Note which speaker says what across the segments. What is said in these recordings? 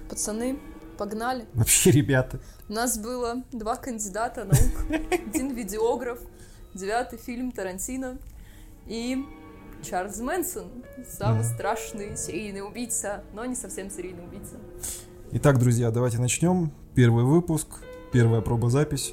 Speaker 1: Пацаны, погнали.
Speaker 2: Вообще, ребята.
Speaker 1: У нас было 2 кандидата наук, 1 видеограф, 9-й фильм Тарантино и Чарльз Мэнсон, самый страшный серийный убийца, но не совсем серийный убийца.
Speaker 2: Итак, друзья, давайте начнем. Первый выпуск, первая проба записи.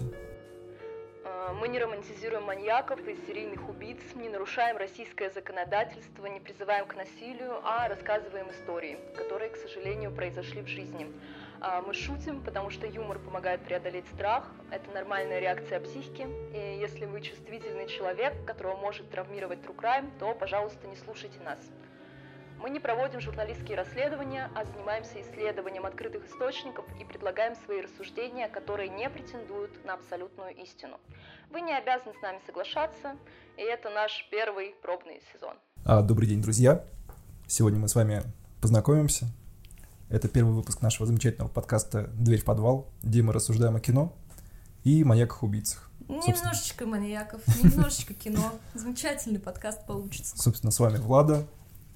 Speaker 1: Мы не романтизируем маньяков и серийных убийц, не нарушаем российское законодательство, не призываем к насилию, а рассказываем истории, которые, к сожалению, произошли в жизни. Мы шутим, потому что юмор помогает преодолеть страх, это нормальная реакция психики, и если вы чувствительный человек, которого может травмировать true crime, то, пожалуйста, не слушайте нас. Мы не проводим журналистские расследования, а занимаемся исследованием открытых источников и предлагаем свои рассуждения, которые не претендуют на абсолютную истину. Вы не обязаны с нами соглашаться, и это наш первый пробный сезон.
Speaker 2: Добрый день, друзья. Сегодня мы с вами познакомимся. Это первый выпуск нашего замечательного подкаста «Дверь в подвал», где мы рассуждаем о кино и маньяках-убийцах.
Speaker 1: Немножечко маньяков, немножечко кино. Замечательный подкаст получится.
Speaker 2: Собственно, с вами Влада,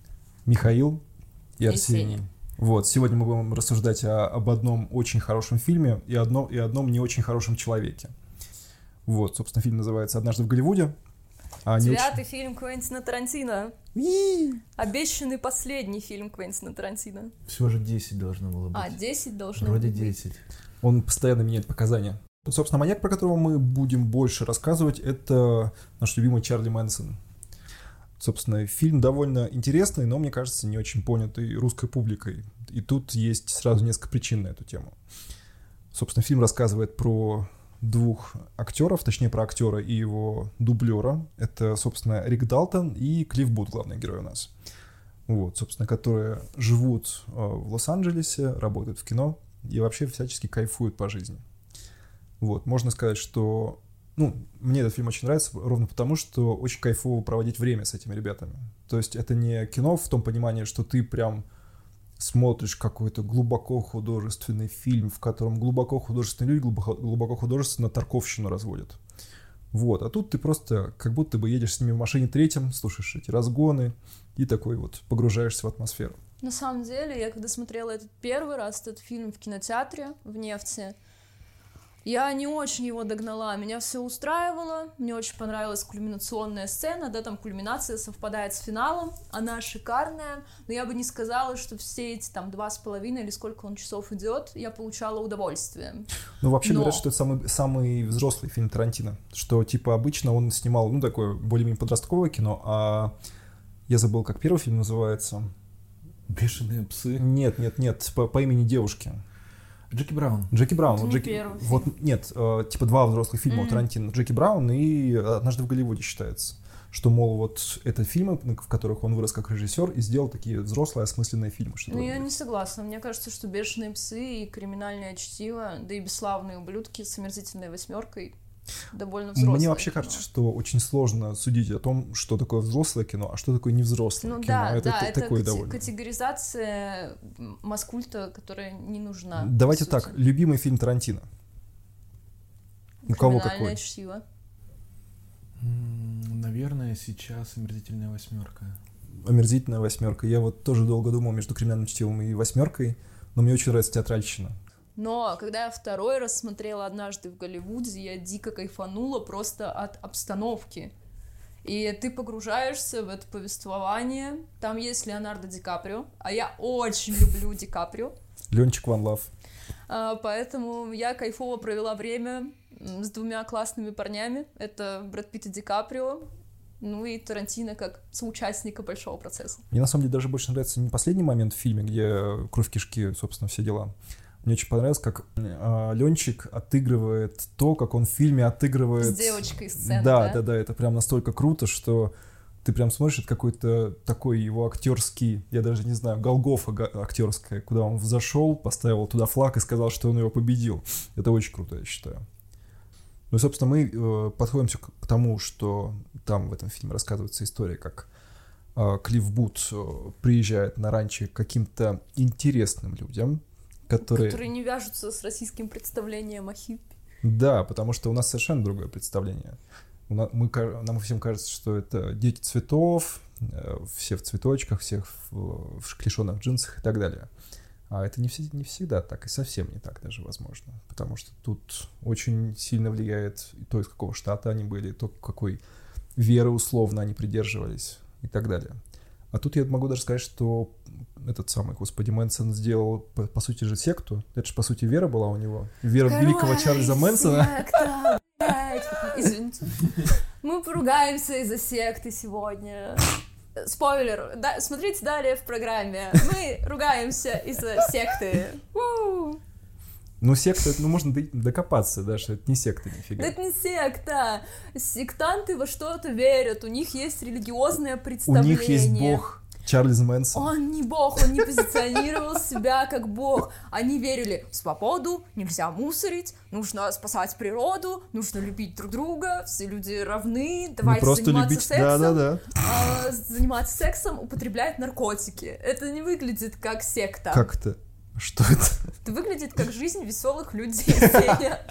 Speaker 2: Михаил и Арсений. Вот, сегодня мы будем рассуждать об одном очень хорошем фильме и одном не очень хорошем человеке. Вот, собственно, фильм называется «Однажды в Голливуде».
Speaker 1: 9-й фильм Квентина Тарантино. Обещанный последний фильм Квентина Тарантино.
Speaker 3: Всего же 10 должно было быть.
Speaker 1: 10 должно
Speaker 3: быть. Вроде
Speaker 1: быть.
Speaker 3: 10.
Speaker 2: Он постоянно меняет показания. Собственно, маньяк, про которого мы будем больше рассказывать, это наш любимый Чарли Мэнсон. Собственно, фильм довольно интересный, но, мне кажется, не очень понятый русской публикой. И тут есть сразу несколько причин на эту тему. Собственно, фильм рассказывает про 2 актеров, точнее, про актера и его дублера. Это, собственно, Рик Далтон и Клифф Бут, главные герои у нас. Вот, собственно, которые живут в Лос-Анджелесе, работают в кино и вообще всячески кайфуют по жизни. Вот, можно сказать, что... мне этот фильм очень нравится ровно потому, что очень кайфово проводить время с этими ребятами. То есть это не кино в том понимании, что ты прям смотришь какой-то глубоко художественный фильм, в котором глубоко художественные люди глубоко художественно тарковщину разводят. Вот, а тут ты просто как будто бы едешь с ними в машине третьем, слушаешь эти разгоны и такой вот погружаешься в атмосферу.
Speaker 1: На самом деле, я когда смотрела первый раз этот фильм в кинотеатре в Нефте, я не очень его догнала, меня все устраивало, мне очень понравилась кульминационная сцена, да, там кульминация совпадает с финалом, она шикарная, но я бы не сказала, что все эти там 2,5 или сколько он часов идет, я получала удовольствие.
Speaker 2: Вообще говорят, что это самый взрослый фильм Тарантино, что типа обычно он снимал, такое более-менее подростковое кино, а я забыл, как первый фильм называется.
Speaker 3: «Бешеные псы».
Speaker 2: Нет, по имени девушки.
Speaker 3: Джеки Браун.
Speaker 2: Типа 2 взрослых фильма у Тарантино. Джеки Браун и «Однажды в Голливуде» считается. Что, мол, вот это фильмы, в которых он вырос как режиссер и сделал такие взрослые осмысленные фильмы.
Speaker 1: Я не согласна. Мне кажется, что «Бешеные псы» и «Криминальное чтиво», да и «Бесславные ублюдки» с «Омерзительной восьмеркой» довольно взрослое.
Speaker 2: Мне вообще кажется, что очень сложно судить о том, что такое взрослое кино, а что такое невзрослое кино.
Speaker 1: Это
Speaker 2: такое довольно.
Speaker 1: Категоризация маскульта, которая не нужна.
Speaker 2: Давайте так, любимый фильм Тарантино. У кого какой?
Speaker 1: «Криминальное чтиво».
Speaker 3: Наверное, сейчас «Омерзительная восьмерка».
Speaker 2: «Омерзительная восьмерка». Я вот тоже долго думал между «Криминальным чтивом» и «Восьмеркой», но мне очень нравится театральщина.
Speaker 1: Но когда я второй раз смотрела «Однажды в Голливуде», я дико кайфанула просто от обстановки. И ты погружаешься в это повествование. Там есть Леонардо Ди Каприо, а я очень люблю Ди Каприо.
Speaker 2: Ленчик Ван Лав.
Speaker 1: Поэтому я кайфово провела время с 2 классными парнями. Это Брэд Питт и Ди Каприо. И Тарантино как соучастника большого процесса.
Speaker 2: Мне на самом деле даже больше нравится не последний момент в фильме, где кровь кишки, собственно, все дела. Мне очень понравилось, как Ленчик отыгрывает то, как он в фильме отыгрывает...
Speaker 1: С девочкой сцену,
Speaker 2: да? Да, это прям настолько круто, что ты прям смотришь, это какой-то такой его актерский, я даже не знаю, Голгофа актерская, куда он взошел, поставил туда флаг и сказал, что он его победил. Это очень круто, я считаю. И, собственно, мы подходим к тому, что там в этом фильме рассказывается история, как Клифф Бут приезжает на ранчо к каким-то интересным людям, которые
Speaker 1: не вяжутся с российским представлением о хиппи.
Speaker 2: Да, потому что у нас совершенно другое представление. Нам всем кажется, что это дети цветов, все в цветочках, всех в клешеных джинсах и так далее. А это не всегда так, и совсем не так даже возможно. Потому что тут очень сильно влияет и то, из какого штата они были, то, какой веры условно они придерживались и так далее. А тут я могу даже сказать, что этот самый, господи, Мэнсон сделал, по сути же, секту. Это же, по сути, вера была у него. Вера в великого Чарльза Мэнсона.
Speaker 4: Секта, блядь. Извините. Мы поругаемся из-за секты сегодня. Спойлер. Да, смотрите далее в программе. Мы ругаемся из-за секты.
Speaker 2: Ну, секта, можно докопаться, да, что это не секта нифига.
Speaker 4: Да это не секта. Сектанты во что-то верят. У них есть религиозное
Speaker 2: У
Speaker 4: представление.
Speaker 2: них есть бог Чарльз Мэнсон.
Speaker 4: Он не бог, он не позиционировал себя как бог. Они верили в свободу, нельзя мусорить, нужно спасать природу, нужно любить друг друга, все люди равны, давайте
Speaker 2: просто
Speaker 4: заниматься
Speaker 2: любить,
Speaker 4: сексом.
Speaker 2: да.
Speaker 4: Заниматься сексом, употреблять наркотики. Это не выглядит как секта.
Speaker 2: Как это? Что это?
Speaker 4: Это выглядит как жизнь веселых людей, Сеня.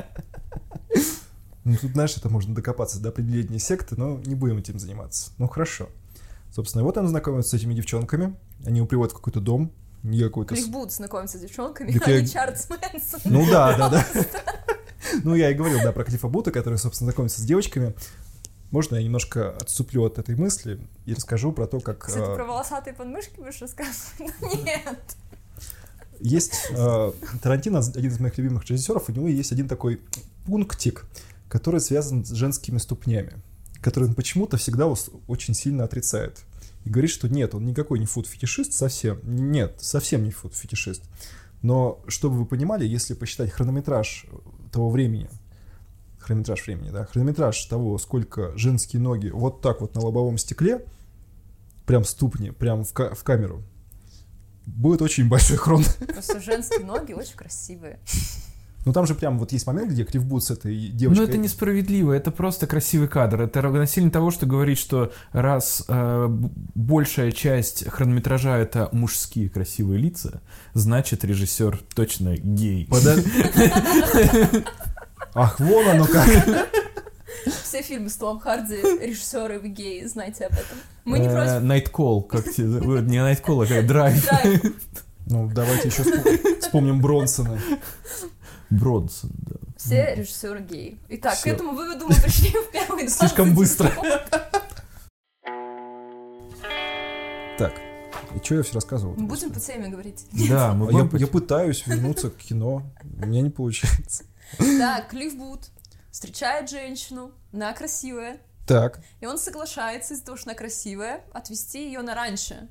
Speaker 2: Ну, тут, знаешь, это можно докопаться до определения секты, но не будем этим заниматься. Ну, хорошо. Собственно, вот он знакомится с этими девчонками, они его приводят в какой-то дом, какой-то...
Speaker 4: Клифф Бут знакомится с девчонками,
Speaker 2: Так
Speaker 4: а
Speaker 2: я-
Speaker 4: не Чарльз Мэнсон.
Speaker 2: Ну да. Ну, я и говорил, да, про Клиффа Бута, который, собственно, знакомится с девочками. Можно я немножко отступлю от этой мысли и расскажу про то, как...
Speaker 4: Кстати, про волосатые подмышки будешь рассказывать? Нет.
Speaker 2: Есть Тарантино, один из моих любимых режиссеров, у него есть один такой пунктик, который связан с женскими ступнями, который он почему-то всегда очень сильно отрицает. И говорит, что нет, он никакой не фуд-фетишист совсем. Нет, совсем не фуд-фетишист. Но, чтобы вы понимали, если посчитать хронометраж того времени, хронометраж того, сколько женские ноги вот так вот на лобовом стекле, прям ступни, прям в камеру, будет очень большой хрон.
Speaker 4: Просто женские ноги очень красивые.
Speaker 2: Ну там же прям вот есть момент, где Клифф Бут с этой девочкой...
Speaker 3: Ну это несправедливо, это просто красивый кадр. Это равносильно того, что говорить, что раз большая часть хронометража — это мужские красивые лица, значит режиссер точно гей.
Speaker 2: Ах, вон оно как!
Speaker 4: Все фильмы с Томом Харди, режиссеры вы геи, знайте об этом. Мы не против.
Speaker 3: Найткол, как тебе... Не Найткол, а Драйв.
Speaker 4: Драйв.
Speaker 2: Ну, давайте еще вспомним Бронсона.
Speaker 3: Бронсон, да.
Speaker 4: Все режиссеры геи. Итак,
Speaker 2: Всё.
Speaker 4: к этому выводу мы пришли в первые 20
Speaker 2: Слишком быстро.
Speaker 4: секунд.
Speaker 2: Так, и что я все рассказывал?
Speaker 4: Мы будем по теме говорить.
Speaker 3: Да, мы
Speaker 2: Я пытаюсь вернуться к кино, у меня не получается.
Speaker 4: Так, Клифф Бут встречает женщину, она красивая,
Speaker 2: Так,
Speaker 4: и он соглашается из-за того, что она красивая, отвезти ее на ранчо.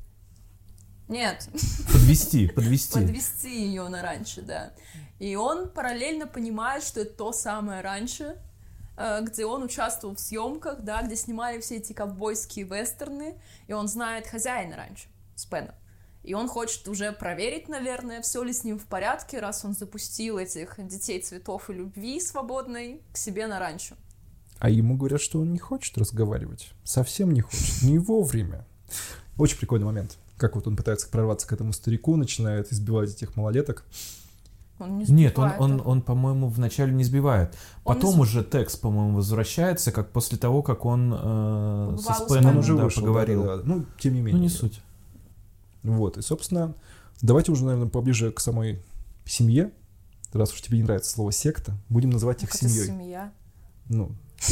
Speaker 4: Нет,
Speaker 3: Подвести.
Speaker 4: подвезти ее на ранчо, да. И он параллельно понимает, что это то самое ранчо, где он участвовал в съемках, да, где снимали все эти ковбойские вестерны, и он знает хозяина ранчо, Спена. И он хочет уже проверить, наверное, все ли с ним в порядке, раз он запустил этих детей цветов и любви свободной к себе на ранчо.
Speaker 2: а ему говорят, что он не хочет разговаривать. Совсем не хочет, не вовремя. Очень прикольный момент. Как вот он пытается прорваться к этому старику, начинает избивать этих малолеток.
Speaker 4: Он не
Speaker 3: Нет,
Speaker 4: сбивает
Speaker 3: он, по-моему, вначале не сбивает.
Speaker 4: Он
Speaker 3: Потом
Speaker 4: не
Speaker 3: уже текст, по-моему, возвращается, как после того, как он
Speaker 4: Побывал
Speaker 3: со
Speaker 4: у
Speaker 3: Спеном
Speaker 2: Он уже
Speaker 3: да,
Speaker 2: вышел,
Speaker 3: поговорил.
Speaker 2: да. Ну, тем не
Speaker 3: Ну,
Speaker 2: менее.
Speaker 3: не суть.
Speaker 2: Вот, и, собственно, давайте уже, наверное, поближе к самой семье. Раз уж тебе не нравится слово «секта», будем называть их
Speaker 4: Как это
Speaker 2: семьей.
Speaker 4: семья?
Speaker 2: Ну,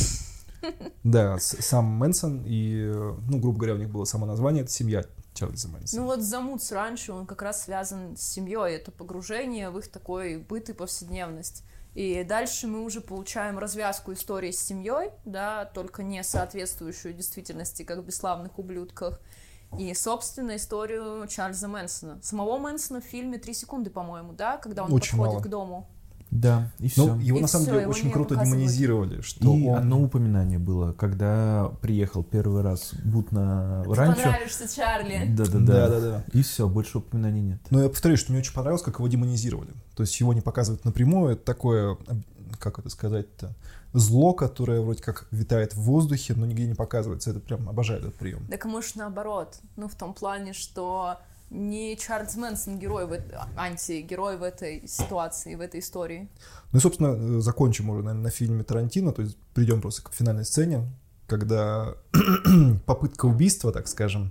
Speaker 2: да, сам Мэнсон и, ну, грубо говоря, у них было само название, это семья Чарльза Мэнсона.
Speaker 4: Ну вот замут с раньше, он как раз связан с семьей, это погружение в их такой быт и повседневность. И дальше мы уже получаем развязку истории с семьей, да, только не соответствующую действительности, как в «Бесславных ублюдках». И, собственно, историю Чарльза Мэнсона. Самого Мэнсона в фильме 3 секунды, по-моему, да, когда он
Speaker 2: Очень
Speaker 4: подходит
Speaker 2: мало.
Speaker 4: к дому.
Speaker 3: Да, и все.
Speaker 2: Ну, его
Speaker 4: И
Speaker 2: на самом
Speaker 4: всё,
Speaker 2: деле
Speaker 4: его
Speaker 2: очень
Speaker 4: не
Speaker 2: круто
Speaker 4: показывают.
Speaker 2: демонизировали, что
Speaker 3: И
Speaker 2: он...
Speaker 3: одно упоминание было, когда приехал первый раз Бут на
Speaker 4: Ты
Speaker 3: ранчо.
Speaker 4: понравишься, Чарли.
Speaker 2: Да.
Speaker 3: И все, больше упоминаний нет.
Speaker 2: Но я повторюсь, что мне очень понравилось, как его демонизировали. То есть его не показывают напрямую, это такое, как это сказать-то, зло, которое вроде как витает в воздухе, но нигде не показывается. Это прям обожаю этот прием.
Speaker 4: Так, а может, наоборот. Ну, в том плане, что не Чарльз Мэнсон герой, антигерой в этой ситуации, в этой истории.
Speaker 2: Ну и, собственно, закончим уже, наверное, на фильме Тарантино, то есть придем просто к финальной сцене, когда попытка убийства, так скажем,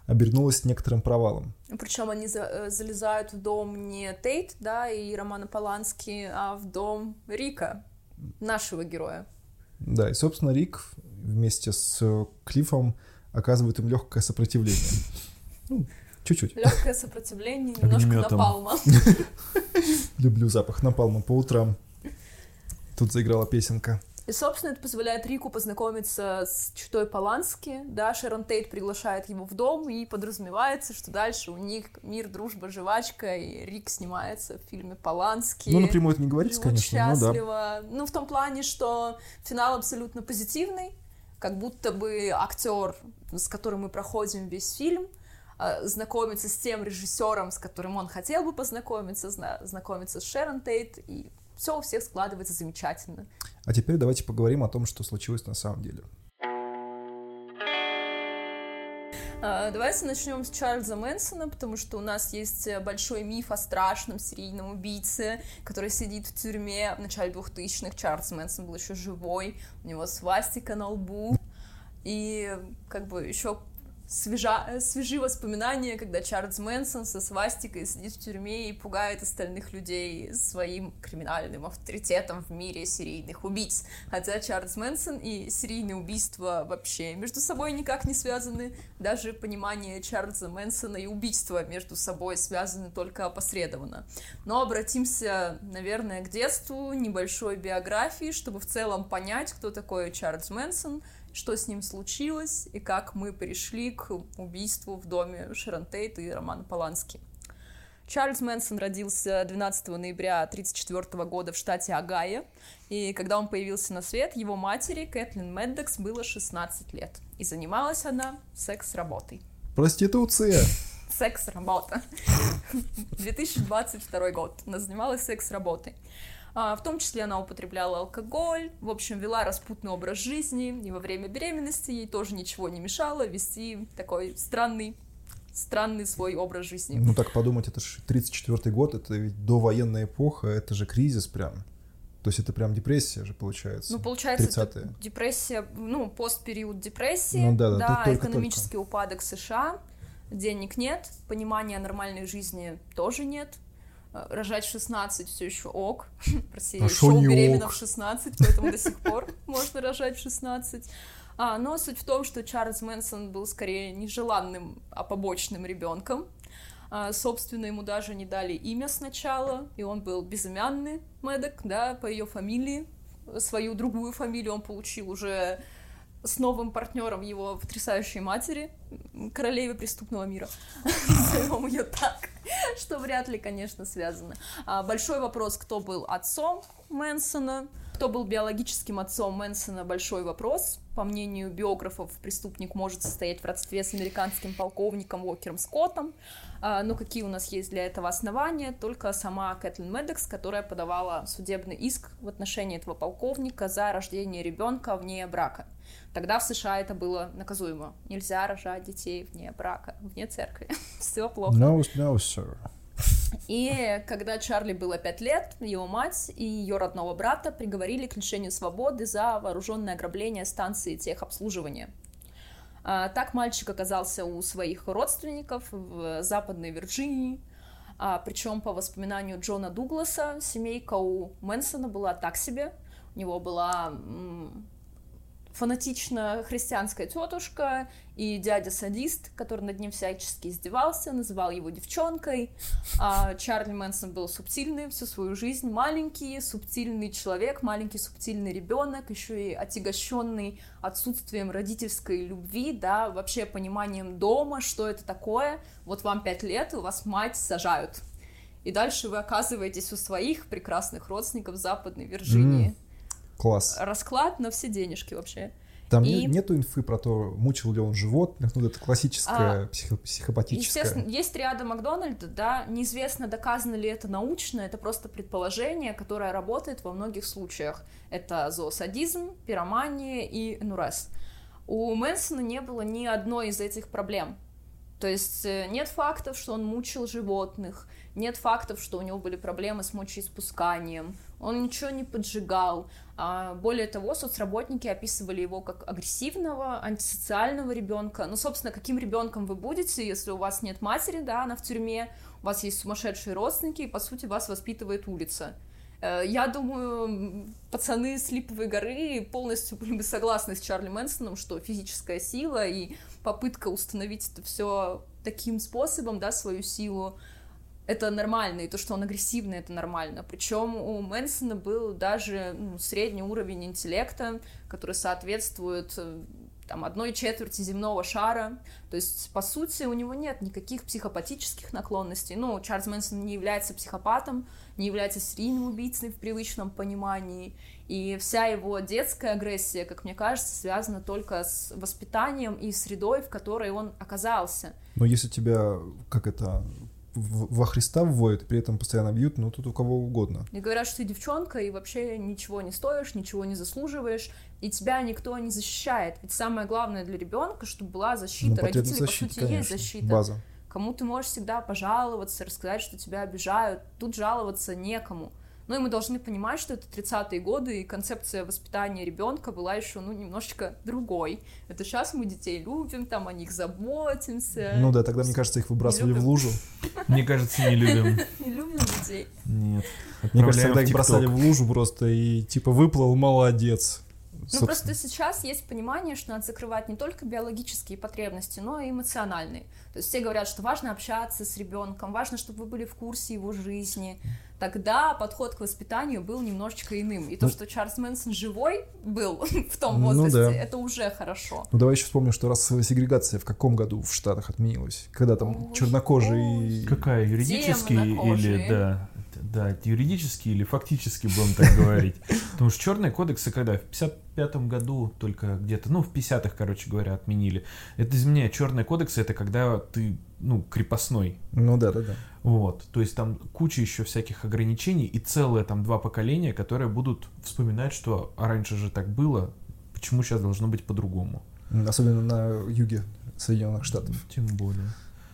Speaker 2: обернулось некоторым провалом.
Speaker 4: Причем они залезают в дом не Тейт, да, и Романа Полански, а в дом Рика, нашего героя.
Speaker 2: Да, и, собственно, Рик вместе с Клиффом оказывает им легкое сопротивление. Ну, чуть-чуть.
Speaker 4: Легкое сопротивление, немножко
Speaker 3: Огнемётом.
Speaker 4: напалма.
Speaker 2: Люблю запах напалма по утрам. Тут заиграла песенка.
Speaker 4: И, собственно, это позволяет Рику познакомиться с читой Полански, да, Шерон Тейт приглашает его в дом, и подразумевается, что дальше у них мир, дружба, жвачка, и Рик снимается в фильме Полански.
Speaker 2: Ну, напрямую это не говорится,
Speaker 4: живут
Speaker 2: конечно, но да.
Speaker 4: счастливо. Ну, в том плане, что финал абсолютно позитивный, как будто бы актер, с которым мы проходим весь фильм, знакомится с тем режиссером, с которым он хотел бы познакомиться, знакомится с Шерон Тейт, и все у всех складывается замечательно.
Speaker 2: А теперь давайте поговорим о том, что случилось на самом деле.
Speaker 4: Давайте начнем с Чарльза Мэнсона, потому что у нас есть большой миф о страшном серийном убийце, который сидит в тюрьме в начале 2000-х. Чарльз Мэнсон был еще живой, у него свастика на лбу, и как бы еще свежи воспоминания, когда Чарльз Мэнсон со свастикой сидит в тюрьме и пугает остальных людей своим криминальным авторитетом в мире серийных убийц. Хотя Чарльз Мэнсон и серийные убийства вообще между собой никак не связаны. Даже понимание Чарльза Мэнсона и убийства между собой связаны только опосредованно. Но обратимся, наверное, к детству, небольшой биографии, чтобы в целом понять, кто такой Чарльз Мэнсон, что с ним случилось и как мы пришли к убийству в доме Шерон Тейт и Романа Полански. Чарльз Мэнсон родился 12 ноября 1934 года в штате Огайо, и когда он появился на свет, его матери, Кэтлин Меддокс, было 16 лет, и занималась она секс-работой.
Speaker 2: Проституция!
Speaker 4: Секс-работа. 2022 год. Она занималась секс-работой. В том числе она употребляла алкоголь, в общем, вела распутный образ жизни, и во время беременности ей тоже ничего не мешало вести такой странный свой образ жизни.
Speaker 2: Ну так подумать, это же 34-й год, это ведь довоенная эпоха, это же кризис прям. То есть это прям депрессия же получается.
Speaker 4: Ну, получается,
Speaker 2: 30-е.
Speaker 4: Депрессия, ну, постпериод депрессии,
Speaker 2: Ну да, только
Speaker 4: экономический упадок США, денег нет, понимания нормальной жизни тоже нет. Рожать в 16 все еще ок. Россия шоу беременна в 16, поэтому до сих пор можно рожать в 16. Но суть в том, что Чарльз Мэнсон был скорее нежеланным, а побочным ребенком. Собственно, ему даже не дали имя сначала, и он был безымянный Медок, да, по ее фамилии. Свою другую фамилию он получил уже с новым партнером его потрясающей матери, королеве преступного мира. Назовем ее так, что вряд ли, конечно, связано. Большой вопрос, кто был отцом Мэнсона, кто был биологическим отцом Мэнсона, большой вопрос. По мнению биографов, преступник может состоять в родстве с американским полковником Уокером Скоттом. Но какие у нас есть для этого основания? Только сама Кэтлин Меддокс, которая подавала судебный иск в отношении этого полковника за рождение ребенка вне брака. Тогда в США это было наказуемо. Нельзя рожать детей вне брака, вне церкви. Все плохо.
Speaker 2: No, sir.
Speaker 4: И когда Чарли было 5 лет, его мать и ее родного брата приговорили к лишению свободы за вооруженное ограбление станции техобслуживания. Так мальчик оказался у своих родственников в Западной Вирджинии. Причем, по воспоминанию Джона Дугласа, семейка у Мэнсона была так себе. У него была фанатично христианская тетушка и дядя-садист, который над ним всячески издевался, называл его девчонкой. Чарли Мэнсон был субтильный всю свою жизнь, маленький субтильный человек, маленький субтильный ребенок, еще и отягощенный отсутствием родительской любви, да, вообще пониманием дома, что это такое. Вот вам 5 лет, и вас мать сажают. И дальше вы оказываетесь у своих прекрасных родственников в Западной Вирджинии.
Speaker 2: Класс.
Speaker 4: Расклад на все денежки вообще.
Speaker 2: Там нету инфы про то, мучил ли он животных, ну это классическое психопатическое.
Speaker 4: Естественно, есть ряда Макдональда, да, неизвестно, доказано ли это научно, это просто предположение, которое работает во многих случаях. Это зоосадизм, пиромания и энурез. У Мэнсона не было ни одной из этих проблем. То есть нет фактов, что он мучил животных, нет фактов, что у него были проблемы с мочеиспусканием, он ничего не поджигал. Более того, соцработники описывали его как агрессивного, антисоциального ребенка. Ну, собственно, каким ребенком вы будете, если у вас нет матери, да, она в тюрьме, у вас есть сумасшедшие родственники, и, по сути, вас воспитывает улица. Я думаю, пацаны с Липовой горы полностью были бы согласны с Чарли Мэнсоном, что физическая сила и попытка установить это все таким способом, да, свою силу, это нормально, и то, что он агрессивный, это нормально. Причем у Мэнсона был даже средний уровень интеллекта, который соответствует там 1/4 земного шара. То есть, по сути, у него нет никаких психопатических наклонностей. Ну, Чарльз Мэнсон не является психопатом, не является серийным убийцей в привычном понимании. И вся его детская агрессия, как мне кажется, связана только с воспитанием и средой, в которой он оказался.
Speaker 2: Но если тебя, во Христа вводят, и при этом постоянно бьют, ну, тут у кого угодно.
Speaker 4: И говорят, что ты девчонка, и вообще ничего не стоишь, ничего не заслуживаешь, и тебя никто не защищает. Ведь самое главное для ребенка, чтобы была защита. Родители, защита, по сути, конечно, есть защита.
Speaker 2: База.
Speaker 4: Кому ты можешь всегда пожаловаться, рассказать, что тебя обижают. Тут жаловаться некому. Ну и мы должны понимать, что это 30-е годы, и концепция воспитания ребенка была еще, немножечко другой. Это сейчас мы детей любим, там о них заботимся.
Speaker 2: Ну да, тогда, мне кажется, их выбрасывали в лужу.
Speaker 3: Мне кажется, не любим.
Speaker 4: Не любим детей.
Speaker 3: Нет.
Speaker 2: Мне кажется, тогда их бросали в лужу просто и типа выплыл, молодец.
Speaker 4: Ну, просто сейчас есть понимание, что надо закрывать не только биологические потребности, но и эмоциональные. То есть все говорят, что важно общаться с ребенком, важно, чтобы вы были в курсе его жизни. Тогда подход к воспитанию был немножечко иным. И то, что Чарльз Мэнсон живой был в том возрасте, это уже хорошо.
Speaker 2: Ну, давай еще вспомним, что расовая сегрегация в каком году в Штатах отменилась? Когда там чернокожие...
Speaker 3: Какая, юридически или... Да, юридически или фактически, будем так говорить. Потому что черные кодексы когда? В 55-м году только где-то, в 50-х, короче говоря, отменили. Это изменяет. Черные кодексы — это когда ты, крепостной.
Speaker 2: Ну да.
Speaker 3: Вот. То есть там куча еще всяких ограничений и целое там 2 поколения, которые будут вспоминать, что раньше же так было, почему сейчас должно быть по-другому.
Speaker 2: Особенно на юге Соединенных Штатов.
Speaker 3: Тем более.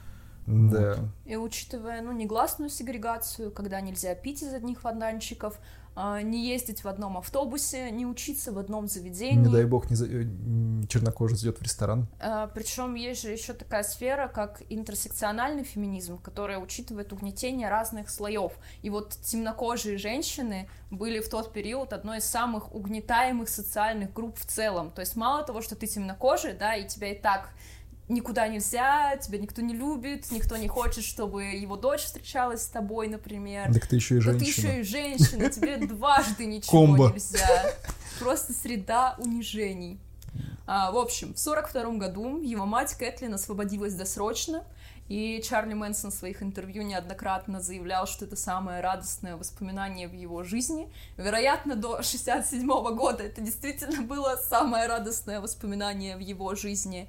Speaker 2: Да.
Speaker 4: И учитывая, негласную сегрегацию, когда нельзя пить из одних фонтанчиков, не ездить в одном автобусе, не учиться в одном заведении.
Speaker 2: Не дай бог, чернокожий зайдет в ресторан.
Speaker 4: Причем есть же еще такая сфера, как интерсекциональный феминизм, которая учитывает угнетение разных слоев. И вот темнокожие женщины были в тот период одной из самых угнетаемых социальных групп в целом. То есть мало того, что ты темнокожий, да, и тебя и так никуда нельзя, тебя никто не любит, никто не хочет, чтобы его дочь встречалась с тобой, например.
Speaker 2: Так ты еще и женщина.
Speaker 4: Ты еще и женщина, тебе дважды ничего нельзя. Просто среда унижений. В общем, в 1942 году его мать Кэтлин освободилась досрочно, и Чарли Мэнсон в своих интервью неоднократно заявлял, что это самое радостное воспоминание в его жизни. Вероятно, до 1967 года это действительно было самое радостное воспоминание в его жизни.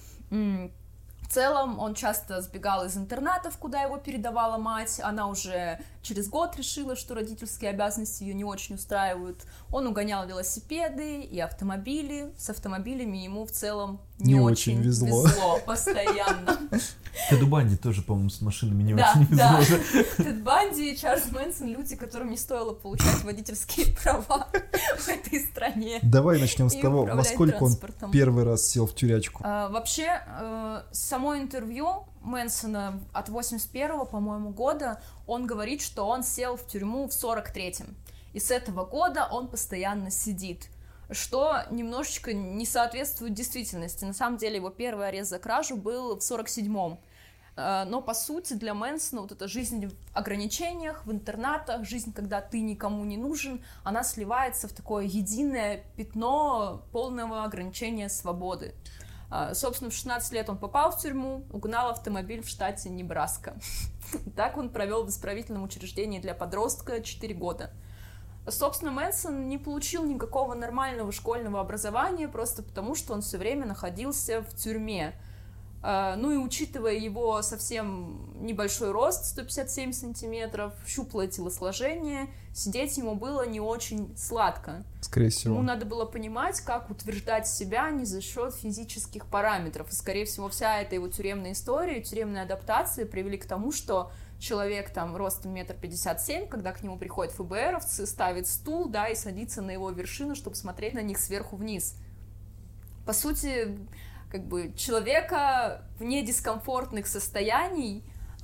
Speaker 4: В целом он часто сбегал из интернатов, куда его передавала мать. Она уже через год решила, что родительские обязанности ее не очень устраивают. Он угонял велосипеды и автомобили. С автомобилями ему в целом не очень везло постоянно.
Speaker 3: Теду Банди тоже, по-моему, с машинами не очень везло.
Speaker 4: Тед Банди и Чарльз Мэнсон — люди, которым не стоило получать водительские права в этой стране.
Speaker 2: Давай начнем с того, во сколько он первый раз сел в тюрячку.
Speaker 4: Вообще, само интервью Мэнсона от 81-го, по-моему, года, он говорит, что он сел в тюрьму в 43-м. И с этого года он постоянно сидит, что немножечко не соответствует действительности. На самом деле его первый арест за кражу был в 47-м. Но, по сути, для Мэнсона вот эта жизнь в ограничениях, в интернатах, жизнь, когда ты никому не нужен, она сливается в такое единое пятно полного ограничения свободы. Собственно, в 16 лет он попал в тюрьму, угнал автомобиль в штате Небраска. Так он провел в исправительном учреждении для подростка 4 года. Собственно, Мэнсон не получил никакого нормального школьного образования просто потому, что он все время находился в тюрьме. Ну и учитывая его совсем небольшой рост, 157 сантиметров, щуплое телосложение, сидеть ему было не очень сладко.
Speaker 2: Скорее всего.
Speaker 4: Ему надо было понимать, как утверждать себя не за счет физических параметров. И, скорее всего, вся эта его тюремная история, тюремная адаптация привели к тому, что человек там ростом 1,57 м, когда к нему приходят ФБРовцы, ставит стул, да, и садится на его вершину, чтобы смотреть на них сверху вниз. По сути, как бы человека вне дискомфортных состояний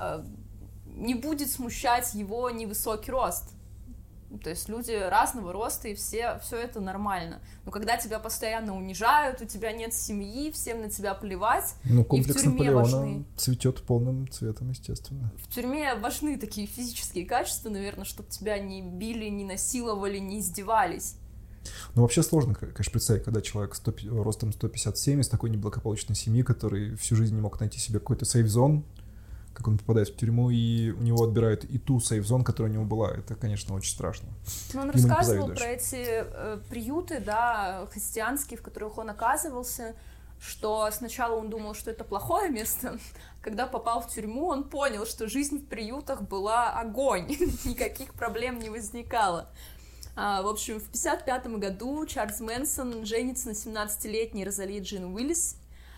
Speaker 4: не будет смущать его невысокий рост. То есть люди разного роста, и все это нормально. Но когда тебя постоянно унижают, у тебя нет семьи, всем на тебя плевать,
Speaker 2: ну, комплекс
Speaker 4: и в тюрьме
Speaker 2: Наполеона цветет полным цветом, естественно.
Speaker 4: В тюрьме важны такие физические качества, наверное, чтобы тебя не били, не насиловали, не издевались.
Speaker 2: Ну, вообще сложно, конечно, представить, когда человек ростом 157 из такой неблагополучной семьи, который всю жизнь не мог найти себе какой-то сейф-зон, как он попадает в тюрьму, и у него отбирают и ту сейф-зон, которая у него была. Это, конечно, очень страшно.
Speaker 4: Ну, он рассказывал про эти приюты, да, христианские, в которых он оказывался, что сначала он думал, что это плохое место. Когда попал в тюрьму, он понял, что жизнь в приютах была огонь, никаких проблем не возникало. В общем, в 1955 году Чарльз Мэнсон женится на 17-летней Розали Джин Уиллис,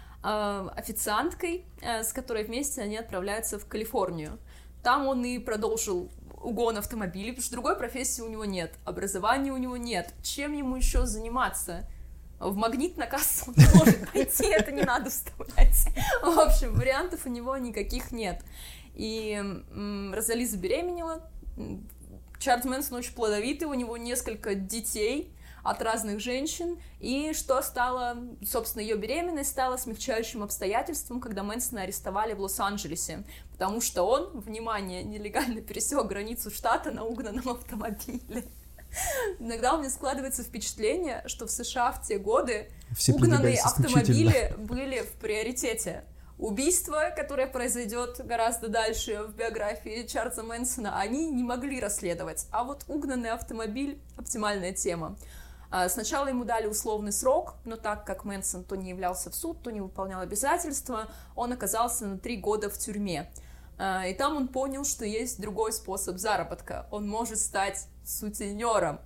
Speaker 4: официанткой, с которой вместе они отправляются в Калифорнию. Там он и продолжил угон автомобилей, потому что другой профессии у него нет, образования у него нет. Чем ему еще заниматься? В магнит на кассу он не может пойти, это не надо вставлять. В общем, вариантов у него никаких нет. И Розали забеременела. Чарльз Мэнсон очень плодовитый, у него несколько детей от разных женщин, и что стало, собственно, ее беременность стала смягчающим обстоятельством, когда Мэнсона арестовали в Лос-Анджелесе, потому что он, внимание, нелегально пересек границу штата на угнанном автомобиле. Иногда у меня складывается впечатление, что в США в те годы угнанные автомобили были в приоритете. Убийство, которое произойдет гораздо дальше в биографии Чарльза Мэнсона, они не могли расследовать. А вот угнанный автомобиль — оптимальная тема. Сначала ему дали условный срок, но так как Мэнсон то не являлся в суд, то не выполнял обязательства, он оказался на 3 года в тюрьме. И там он понял, что есть другой способ заработка. Он может стать сутенером.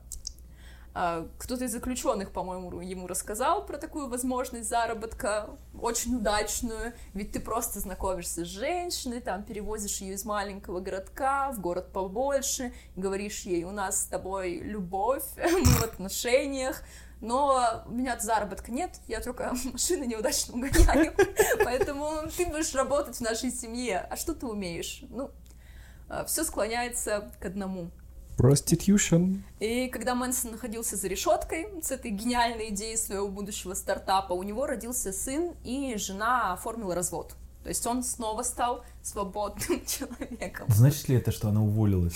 Speaker 4: Кто-то из заключенных, по-моему, ему рассказал про такую возможность заработка, очень удачную, ведь ты просто знакомишься с женщиной, там перевозишь ее из маленького городка в город побольше, говоришь ей: у нас с тобой любовь, мы в отношениях, но у меня заработка нет, я только машины неудачно угоняю, поэтому ты будешь работать в нашей семье. А что ты умеешь? Ну, все склоняется к одному.
Speaker 2: Prostitution.
Speaker 4: И когда Мэнсон находился за решеткой с этой гениальной идеей своего будущего стартапа, у него родился сын, и жена оформила развод. То есть он снова стал свободным человеком.
Speaker 3: Значит ли это, что она уволилась?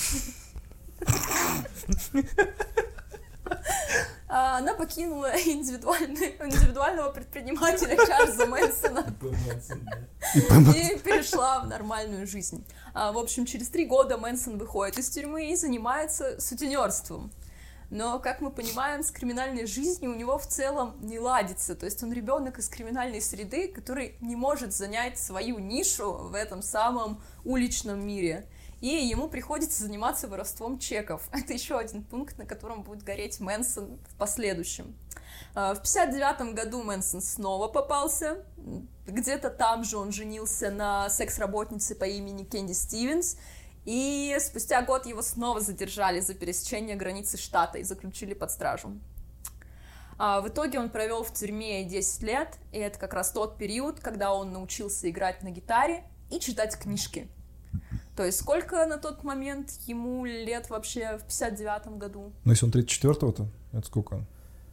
Speaker 4: Она покинула индивидуального предпринимателя Чарльза Мэнсона и перешла в нормальную жизнь. В общем, через 3 года Мэнсон выходит из тюрьмы и занимается сутенерством. Но, как мы понимаем, с криминальной жизнью у него в целом не ладится. То есть он ребенок из криминальной среды, который не может занять свою нишу в этом самом уличном мире. И ему приходится заниматься воровством чеков. Это еще один пункт, на котором будет гореть Мэнсон в последующем. В 1959 году Мэнсон снова попался. Где-то там же он женился на секс-работнице по имени Кенди Стивенс. И спустя год его снова задержали за пересечение границы штата и заключили под стражу. В итоге он провел в тюрьме 10 лет. И это как раз тот период, когда он научился играть на гитаре и читать книжки. То есть сколько на тот момент ему лет вообще в 59-м году?
Speaker 2: Ну, если он 34-го, то это сколько?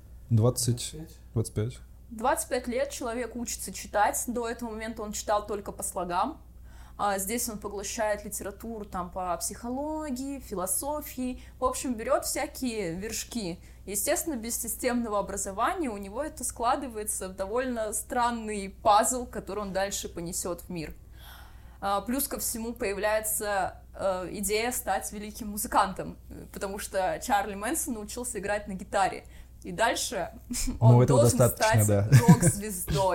Speaker 2: 25?
Speaker 4: 25 лет человек учится читать. До этого момента он читал только по слогам. Здесь он поглощает литературу там, по психологии, философии. В общем, берет всякие вершки. Естественно, без системного образования у него это складывается в довольно странный пазл, который он дальше понесет в мир. Плюс ко всему появляется идея стать великим музыкантом, потому что Чарли Мэнсон научился играть на гитаре. И дальше он должен стать рок-звездой.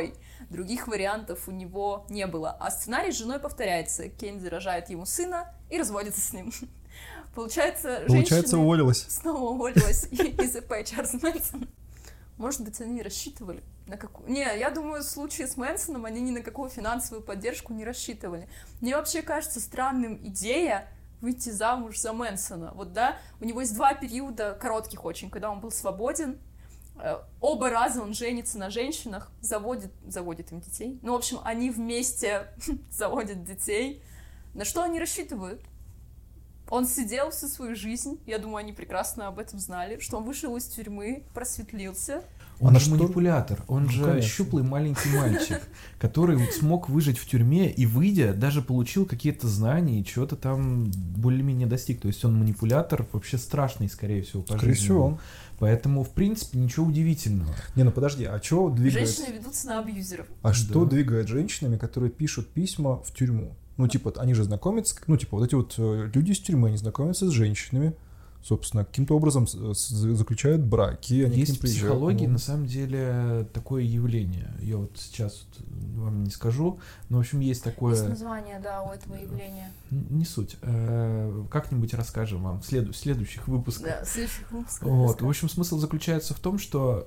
Speaker 4: других вариантов у него не было. А сценарий с женой повторяется. Кенди рожает ему сына и разводится с ним. Получается, женщина
Speaker 2: уволилась.
Speaker 4: снова уволилась из ИП Чарльза Мэнсона. Может быть, они рассчитывали на какую... Не, я думаю, в случае с Мэнсоном они ни на какую финансовую поддержку не рассчитывали. Мне вообще кажется странным идея выйти замуж за Мэнсона. Вот, да, у него есть 2 периода, коротких очень, когда он был свободен. Оба раза он женится на женщинах, заводит им детей. Ну, в общем, они вместе заводят детей. На что они рассчитывают? Он сидел всю свою жизнь, я думаю, они прекрасно об этом знали, что он вышел из тюрьмы, просветлился.
Speaker 3: Он же манипулятор, он же
Speaker 2: конечно.
Speaker 3: щуплый маленький мальчик, который смог выжить в тюрьме и, выйдя, даже получил какие-то знания и чего-то там более-менее достиг. То есть он манипулятор вообще страшный, скорее всего, по
Speaker 2: Скорее
Speaker 3: жизни.
Speaker 2: всего, он.
Speaker 3: Поэтому, в принципе, ничего удивительного.
Speaker 2: Не, ну подожди, а что двигает...
Speaker 4: Женщины ведутся на абьюзеров.
Speaker 2: А что
Speaker 3: Да.
Speaker 2: двигает женщинами, которые пишут письма в тюрьму? Ну, типа, они же знакомятся, ну, типа, вот эти вот люди из тюрьмы, они знакомятся с женщинами, собственно, каким-то образом заключают браки, они
Speaker 3: Есть
Speaker 2: к ним
Speaker 3: в
Speaker 2: приезжают.
Speaker 3: психологии,
Speaker 2: Ну,
Speaker 3: на самом деле, такое явление. Я вот сейчас вот вам не скажу, но, в общем, есть такое...
Speaker 4: Есть название, да, у этого явления.
Speaker 3: Не суть. Как-нибудь расскажем вам в следующих выпусках.
Speaker 4: Да, в следующих выпусках.
Speaker 3: Вот. В общем, смысл заключается в том, что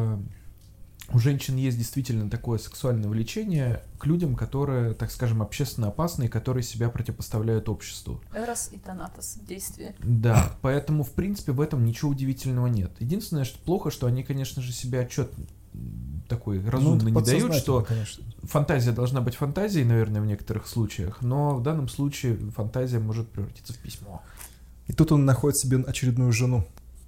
Speaker 3: у женщин есть действительно такое сексуальное влечение к людям, которые, так скажем, общественно опасные, которые себя противопоставляют обществу.
Speaker 4: Эрос и Танатос в действии.
Speaker 3: Да, поэтому, в принципе, в этом ничего удивительного нет. Единственное, что плохо, что они, конечно же, себе отчет такой разумно
Speaker 2: это
Speaker 3: не дают,
Speaker 2: подсознательно,
Speaker 3: что
Speaker 2: конечно.
Speaker 3: фантазия должна быть фантазией, наверное, в некоторых случаях, но в данном случае фантазия может превратиться в письмо.
Speaker 2: И тут он находит себе очередную жену.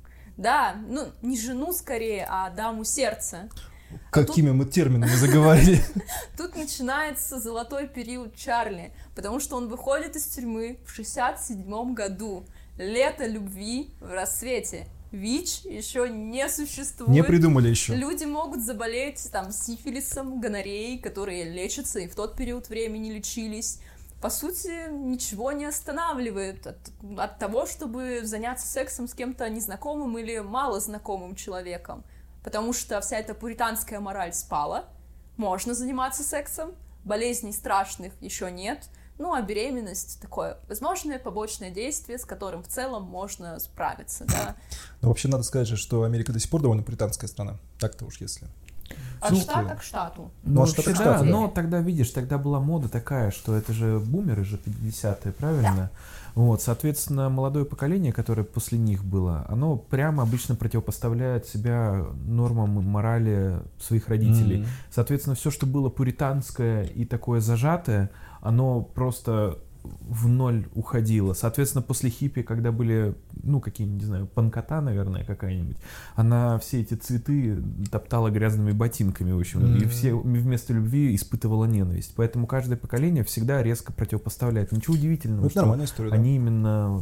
Speaker 4: Да, ну, не жену скорее, а даму сердца.
Speaker 2: Какими мы терминами заговорили.
Speaker 4: Тут начинается золотой период Чарли, потому что он выходит из тюрьмы в 67 году. Лето любви в рассвете. ВИЧ еще не существует.
Speaker 2: Не придумали еще.
Speaker 4: Люди могут заболеть там сифилисом, гонореей, которые лечатся и в тот период времени лечились. По сути, ничего не останавливает от того, чтобы заняться сексом с кем-то незнакомым или малознакомым человеком. Потому что вся эта пуританская мораль спала, можно заниматься сексом, болезней страшных еще нет, ну а беременность такое возможное побочное действие, с которым в целом можно справиться, да.
Speaker 2: Но вообще надо сказать же, что Америка до сих пор довольно британская страна. Так-то уж если.
Speaker 4: От штата к штату.
Speaker 2: Ну, а
Speaker 3: вообще,
Speaker 2: что-то
Speaker 3: да,
Speaker 2: что-то.
Speaker 3: но тогда, видишь, тогда была мода такая, что это же бумеры же 50-е, правильно? Вот, соответственно, молодое поколение, которое после них было, оно прямо обычно противопоставляет себя нормам морали своих родителей. Соответственно, все, что было пуританское и такое зажатое, оно просто в ноль уходило. Соответственно, после хиппи, когда были, ну, какие-нибудь, не знаю, панкота, наверное, какая-нибудь, она все эти цветы топтала грязными ботинками, в общем, и все вместо любви испытывала ненависть. Поэтому каждое поколение всегда резко противопоставляет. Ничего удивительного,
Speaker 2: Это
Speaker 3: что
Speaker 2: нормальная история, да.
Speaker 3: они именно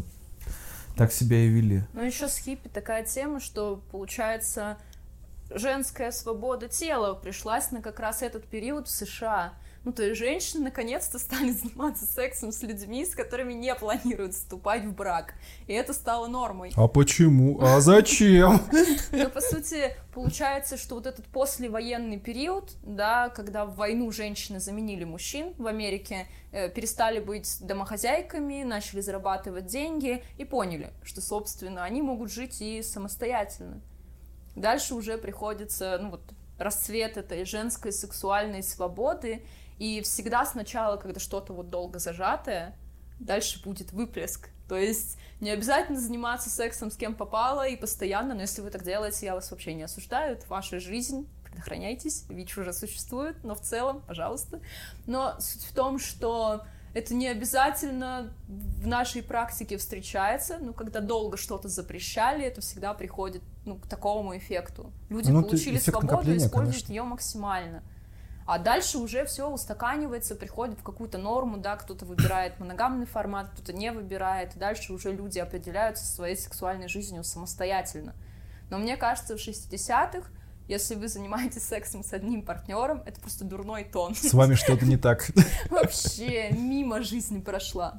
Speaker 3: так себя и вели.
Speaker 4: Но еще с хиппи такая тема, что, получается, женская свобода тела пришлась на как раз этот период в США. Ну, то есть женщины наконец-то стали заниматься сексом с людьми, с которыми не планируют вступать в брак. И это стало нормой.
Speaker 2: А почему? А зачем?
Speaker 4: Но, по сути, получается, что вот этот послевоенный период, да, когда в войну женщины заменили мужчин в Америке, перестали быть домохозяйками, начали зарабатывать деньги и поняли, что, собственно, они могут жить и самостоятельно. Дальше уже приходится, ну вот, расцвет этой женской сексуальной свободы, и всегда сначала, когда что-то вот долго зажатое, дальше будет выплеск. То есть не обязательно заниматься сексом с кем попало и постоянно, но если вы так делаете, я вас вообще не осуждаю, это ваша жизнь, предохраняйтесь, ВИЧ уже существует, но в целом, пожалуйста. Но суть в том, что это не обязательно в нашей практике встречается, но когда долго что-то запрещали, это всегда приходит, ну, к такому эффекту. Люди получили
Speaker 2: эффект
Speaker 4: свободу и
Speaker 2: накопления,
Speaker 4: используют
Speaker 2: конечно.
Speaker 4: ее максимально. А дальше уже все устаканивается, приходит в какую-то норму, да, кто-то выбирает моногамный формат, кто-то не выбирает, и дальше уже люди определяются своей сексуальной жизнью самостоятельно. Но мне кажется, в 60-х, если вы занимаетесь сексом с одним партнером, это просто дурной тон.
Speaker 2: С вами что-то не так.
Speaker 4: Вообще мимо жизни прошла.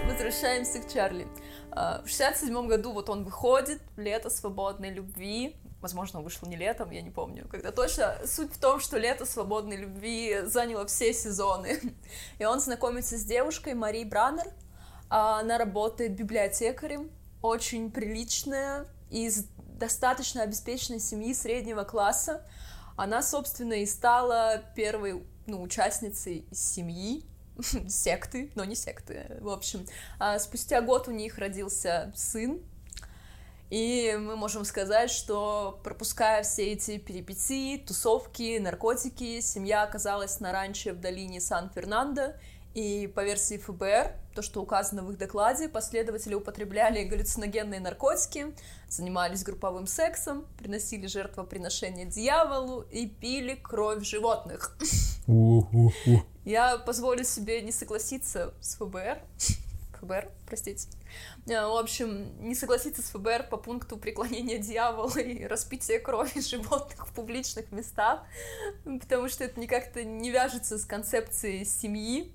Speaker 4: Возвращаемся к Чарли. В 67 году вот он выходит, лето свободной любви, возможно, вышло не летом, я не помню, когда точно. Суть в том, что «Лето свободной любви» заняло все сезоны. И он знакомится с девушкой Мари Браннер. Она работает библиотекарем, очень приличная, из достаточно обеспеченной семьи среднего класса. Она, собственно, и стала первой, участницей семьи, секты, но не секты, в общем. Спустя год у них родился сын, и мы можем сказать, что, пропуская все эти перипетии, тусовки, наркотики, семья оказалась на ранчо в долине Сан-Фернандо, и по версии ФБР, то, что указано в их докладе, последователи употребляли галлюциногенные наркотики, занимались групповым сексом, приносили жертвоприношения дьяволу и пили кровь животных. Я позволю себе не согласиться с ФБР. Простите. В общем, не согласиться с ФБР по пункту преклонения дьявола и распития крови животных в публичных местах, потому что это никак-то не вяжется с концепцией семьи.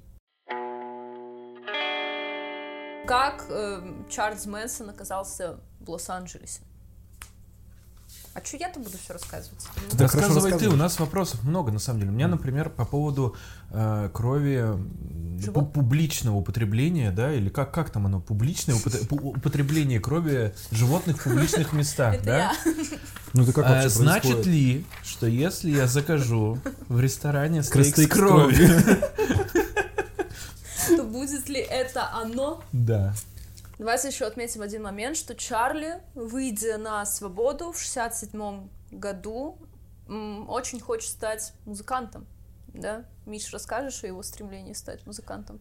Speaker 4: Как Чарльз Мэнсон оказался в Лос-Анджелесе? А что я-то буду все рассказывать?
Speaker 3: Рассказывай ты, у нас вопросов много, на самом деле. У меня, например, по поводу крови публичного употребления, да, или как там оно, публичное употребление крови животных в публичных местах, да?
Speaker 2: Ну, это как вообще
Speaker 3: значит
Speaker 2: происходит?
Speaker 3: ли, что если я закажу в ресторане стейк с кровью,
Speaker 4: то будет ли это оно?
Speaker 3: Да.
Speaker 4: Давайте еще отметим один момент, что Чарли, выйдя на свободу в 67 году, очень хочет стать музыкантом, да? Миш, расскажешь о его стремлении стать музыкантом?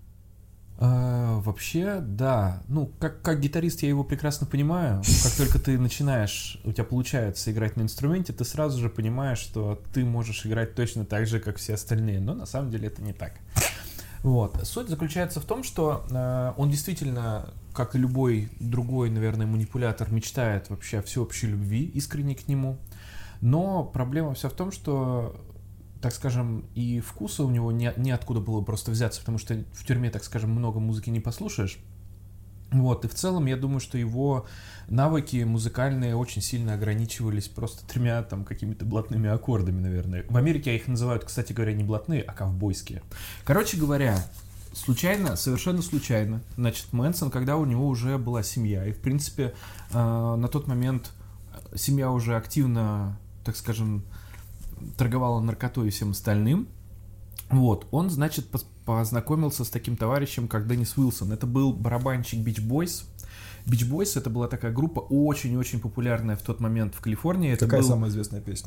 Speaker 3: Вообще, да. Ну, как гитарист я его прекрасно понимаю. Как только ты начинаешь, у тебя получается играть на инструменте, ты сразу же понимаешь, что ты можешь играть точно так же, как все остальные. Но на самом деле это не так. Вот. Суть заключается в том, что он действительно, как и любой другой, наверное, манипулятор, мечтает вообще о всеобщей любви, искренне к нему. Но проблема вся в том, что, так скажем, и вкуса у него неоткуда было просто взяться, потому что в тюрьме, так скажем, много музыки не послушаешь. Вот, и в целом, я думаю, что его навыки музыкальные очень сильно ограничивались просто 3 там какими-то блатными аккордами, наверное. В Америке их называют, кстати говоря, не блатные, а ковбойские. Короче говоря, совершенно случайно, значит, Мэнсон, когда у него уже была семья, и, в принципе, на тот момент семья уже активно, так скажем, торговала наркотой и всем остальным, вот, он, значит, познакомился с таким товарищем, как Деннис Уилсон. Это был барабанщик Beach Boys. Beach Boys — это была такая группа, очень-очень популярная в тот момент в Калифорнии.
Speaker 2: Какая самая известная песня?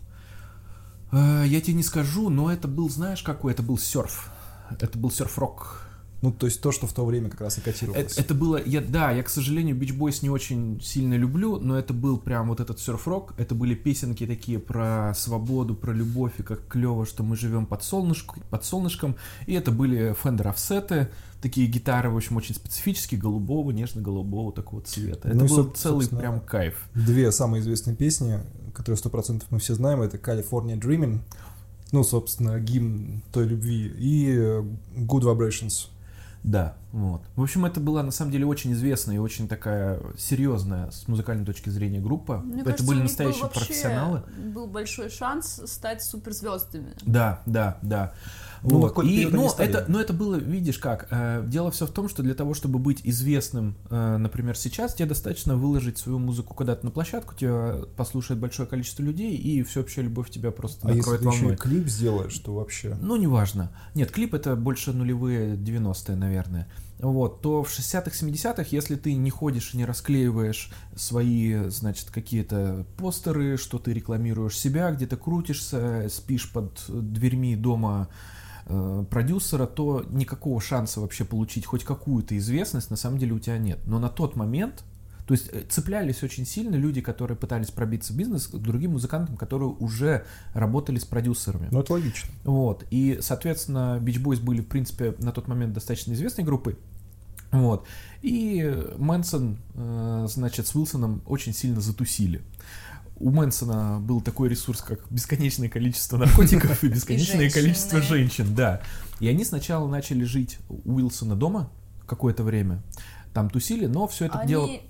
Speaker 3: Я тебе не скажу, но это был, знаешь, какой? Это был серф. Это был серф-рок.
Speaker 2: Ну, то есть то, что в то время как раз и котировалось.
Speaker 3: Это было... Я, к сожалению, Beach Boys не очень сильно люблю, но это был прям вот этот серф-рок. Это были песенки такие про свободу, про любовь, и как клево, что мы живем под солнышком. И это были Fender офсеты, такие гитары, в общем, очень специфические, голубого, нежно-голубого такого цвета. Это был целый прям кайф.
Speaker 2: 2 самые известные песни, которые 100% мы все знаем, это California Dreaming, ну, собственно, гимн той любви, и Good Vibrations.
Speaker 3: Да, вот. В общем, это была на самом деле очень известная и очень такая серьезная с музыкальной точки зрения группа.
Speaker 4: Мне
Speaker 3: это
Speaker 4: кажется,
Speaker 3: были
Speaker 4: у них
Speaker 3: настоящие профессионалы.
Speaker 4: Был большой шанс стать суперзвездами.
Speaker 3: Да.
Speaker 2: Ну,
Speaker 3: Вот. Это было, видишь как, дело все в том, что для того, чтобы быть известным, например, сейчас, тебе достаточно выложить свою музыку куда-то на площадку, тебя послушает большое количество людей, и всеобщая любовь тебя просто накроет волной.
Speaker 2: А если ты еще и клип сделаешь, то вообще...
Speaker 3: Ну, неважно. Нет, клип — это больше нулевые 90-е, наверное. Вот, то в 60-х, 70-х, если ты не ходишь и не расклеиваешь свои, значит, какие-то постеры, что ты рекламируешь себя, где-то крутишься, спишь под дверьми дома продюсера, то никакого шанса вообще получить хоть какую-то известность на самом деле у тебя нет. Но на тот момент, то есть цеплялись очень сильно люди, которые пытались пробиться в бизнес, к другим музыкантам, которые уже работали с продюсерами.
Speaker 2: Ну, это логично.
Speaker 3: Вот, и, соответственно, Beach Boys были, в принципе, на тот момент достаточно известной группой. Вот, и Мэнсон, значит, с Уилсоном очень сильно затусили. У Мэнсона был такой ресурс, как бесконечное количество наркотиков и бесконечное количество женщин, да. И они сначала начали жить у Уилсона дома какое-то время, там тусили, но все это дело...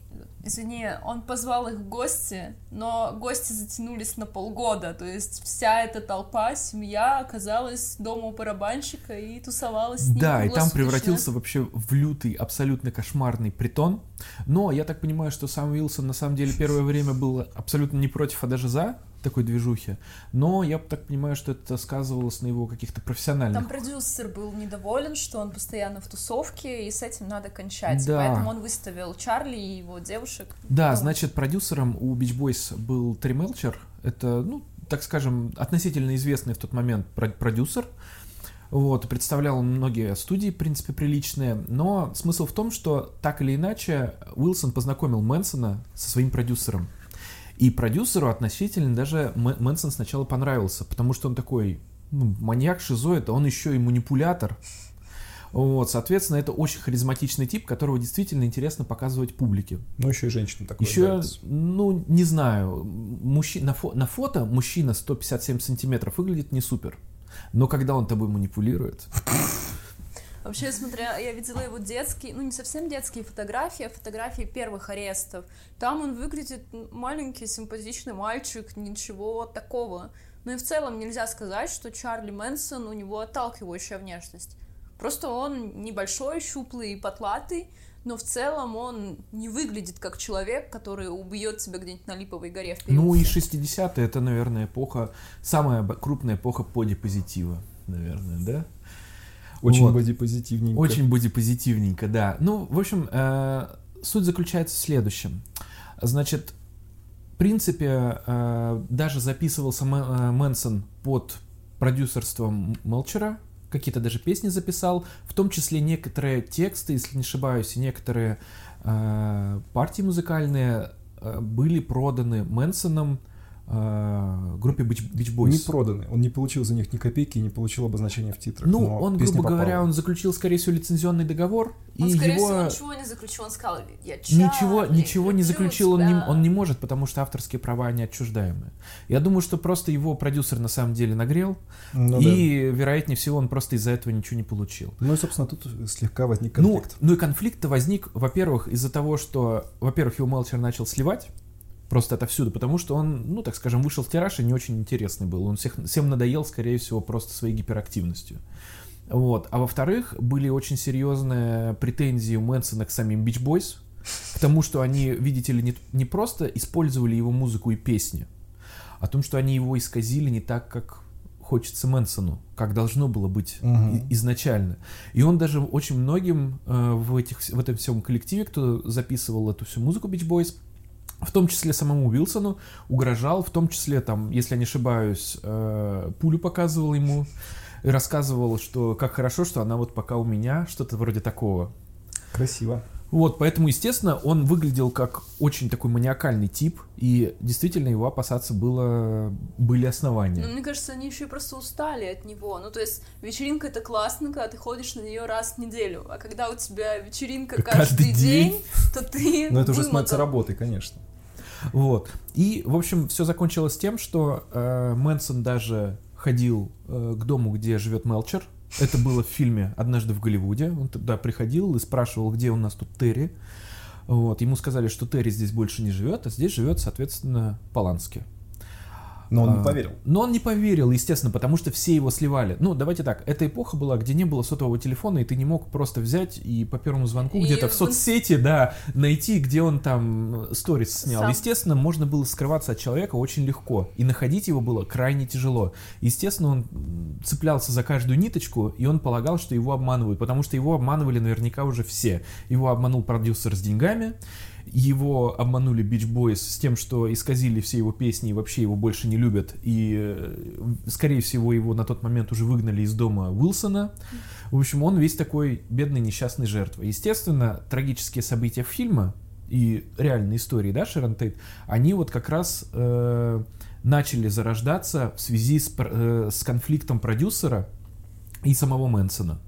Speaker 4: Извини, он позвал их в гости, но гости затянулись на полгода, то есть вся эта толпа, семья оказалась дома у барабанщика и тусовалась с ним.
Speaker 3: Да, и там превратился вообще в лютый, абсолютно кошмарный притон. Но я так понимаю, что сам Уилсон на самом деле первое время был абсолютно не против, а даже за такой движухи. Но я так понимаю, что это сказывалось на его каких-то профессиональных...
Speaker 4: Там продюсер был недоволен, что он постоянно в тусовке, и с этим надо кончать.
Speaker 3: Да.
Speaker 4: Поэтому он выставил Чарли и его девушек.
Speaker 3: Да, значит, продюсером у Beach Boys был Терри Мелчер. Это, ну, так скажем, относительно известный в тот момент продюсер. Вот, представлял многие студии, в принципе, приличные. Но смысл в том, что так или иначе Уилсон познакомил Мэнсона со своим продюсером. И продюсеру относительно даже Мэнсон сначала понравился, потому что он такой, ну, маньяк, шизоид, а он еще и манипулятор. Вот, соответственно, это очень харизматичный тип, которого действительно интересно показывать публике.
Speaker 2: Ну, еще и женщина такое
Speaker 3: Еще,
Speaker 2: нравится.
Speaker 3: ну, не знаю, на фото мужчина 157 сантиметров выглядит не супер. Но когда он тобой манипулирует...
Speaker 4: Вообще, смотря, я видела его детские, ну не совсем детские фотографии, а фотографии первых арестов. Там он выглядит маленький, симпатичный мальчик, ничего такого. Ну и в целом нельзя сказать, что Чарли Мэнсон, у него отталкивающая внешность. Просто он небольшой, щуплый и потлатый, но в целом он не выглядит как человек, который убьет тебя где-нибудь на Липовой горе в Перу.
Speaker 3: Ну и 60-е это, наверное, эпоха, самая крупная эпоха бодипозитива, наверное, да?
Speaker 2: Очень
Speaker 3: Вот.
Speaker 2: бодипозитивненько.
Speaker 3: Очень бодипозитивненько, да. Ну, в общем, суть заключается в следующем. Значит, в принципе, даже записывался Мэнсон под продюсерством Мелчера, какие-то даже песни записал, в том числе некоторые тексты, если не ошибаюсь, и некоторые партии музыкальные были проданы Мэнсоном группе Beach Boys.
Speaker 2: Не проданы. Он не получил за них ни копейки, не получил обозначения в титрах.
Speaker 3: Ну,
Speaker 2: но
Speaker 3: он,
Speaker 2: песня
Speaker 3: грубо говоря,
Speaker 2: попала.
Speaker 3: он заключил, скорее всего, лицензионный договор.
Speaker 4: Он,
Speaker 3: и
Speaker 4: скорее
Speaker 3: его...
Speaker 4: всего, ничего не заключил, он сказал, я Чарли,
Speaker 3: Ничего не
Speaker 4: люблю
Speaker 3: заключил,
Speaker 4: тебя.
Speaker 3: он не может, потому что авторские права не отчуждаемые. Я думаю, что просто его продюсер на самом деле нагрел,
Speaker 2: Ну,
Speaker 3: и, вероятнее всего, он просто из-за этого ничего не получил.
Speaker 2: да. Ну и, собственно, тут слегка возник конфликт.
Speaker 3: Ну и конфликт-то возник, во-первых, из-за того, что, во-первых, его Мелчер начал сливать, просто отовсюду, потому что он, ну, так скажем, вышел в тираж и не очень интересный был. Он всем надоел, скорее всего, просто своей гиперактивностью. Вот. А во-вторых, были очень серьезные претензии у Мэнсона к самим Beach Boys, к тому, что они, видите ли, не просто использовали его музыку и песни, а о том, что они его исказили не так, как хочется Мэнсону, как должно было быть изначально. И он даже очень многим в этом всем коллективе, кто записывал эту всю музыку Beach Boys, в том числе самому Уилсону, угрожал, в том числе, там, если я не ошибаюсь, пулю показывал ему и рассказывал, что как хорошо, что она вот пока у меня, что-то вроде такого.
Speaker 2: Красиво.
Speaker 3: Вот, поэтому, естественно, он выглядел как очень такой маниакальный тип, и действительно его опасаться были основания.
Speaker 4: Ну, мне кажется, они еще и просто устали от него. Ну, то есть, вечеринка — это классно, когда ты ходишь на нее раз в неделю, а когда у тебя вечеринка каждый день, то ты
Speaker 2: Но это уже
Speaker 4: вымотан.
Speaker 2: становится работой, конечно.
Speaker 3: Вот. И, в общем, все закончилось тем, что Мэнсон даже ходил к дому, где живет Мелчер. Это было в фильме «Однажды в Голливуде». Он туда приходил и спрашивал, где у нас тут Терри. Вот. Ему сказали, что Терри здесь больше не живет, а здесь живет, соответственно, Полански.
Speaker 2: Но он не поверил.
Speaker 3: Но он не поверил, естественно, потому что все его сливали. Ну, давайте так, эта эпоха была, где не было сотового телефона, и ты не мог просто взять и по первому звонку
Speaker 4: И
Speaker 3: где-то в соцсети, да, найти, где он там сторис снял.
Speaker 4: Сам.
Speaker 3: Естественно, можно было скрываться от человека очень легко, и находить его было крайне тяжело. Естественно, он цеплялся за каждую ниточку, и он полагал, что его обманывают, потому что его обманывали наверняка уже все. Его обманул продюсер с деньгами, его обманули Beach Boys с тем, что исказили все его песни и вообще его больше не любят. И, скорее всего, его на тот момент уже выгнали из дома Уилсона. В общем, он весь такой бедный несчастный жертва. Естественно, трагические события фильма и реальные истории, да, Шерон Тейт, они вот как раз начали зарождаться в связи с конфликтом продюсера и самого Мэнсона.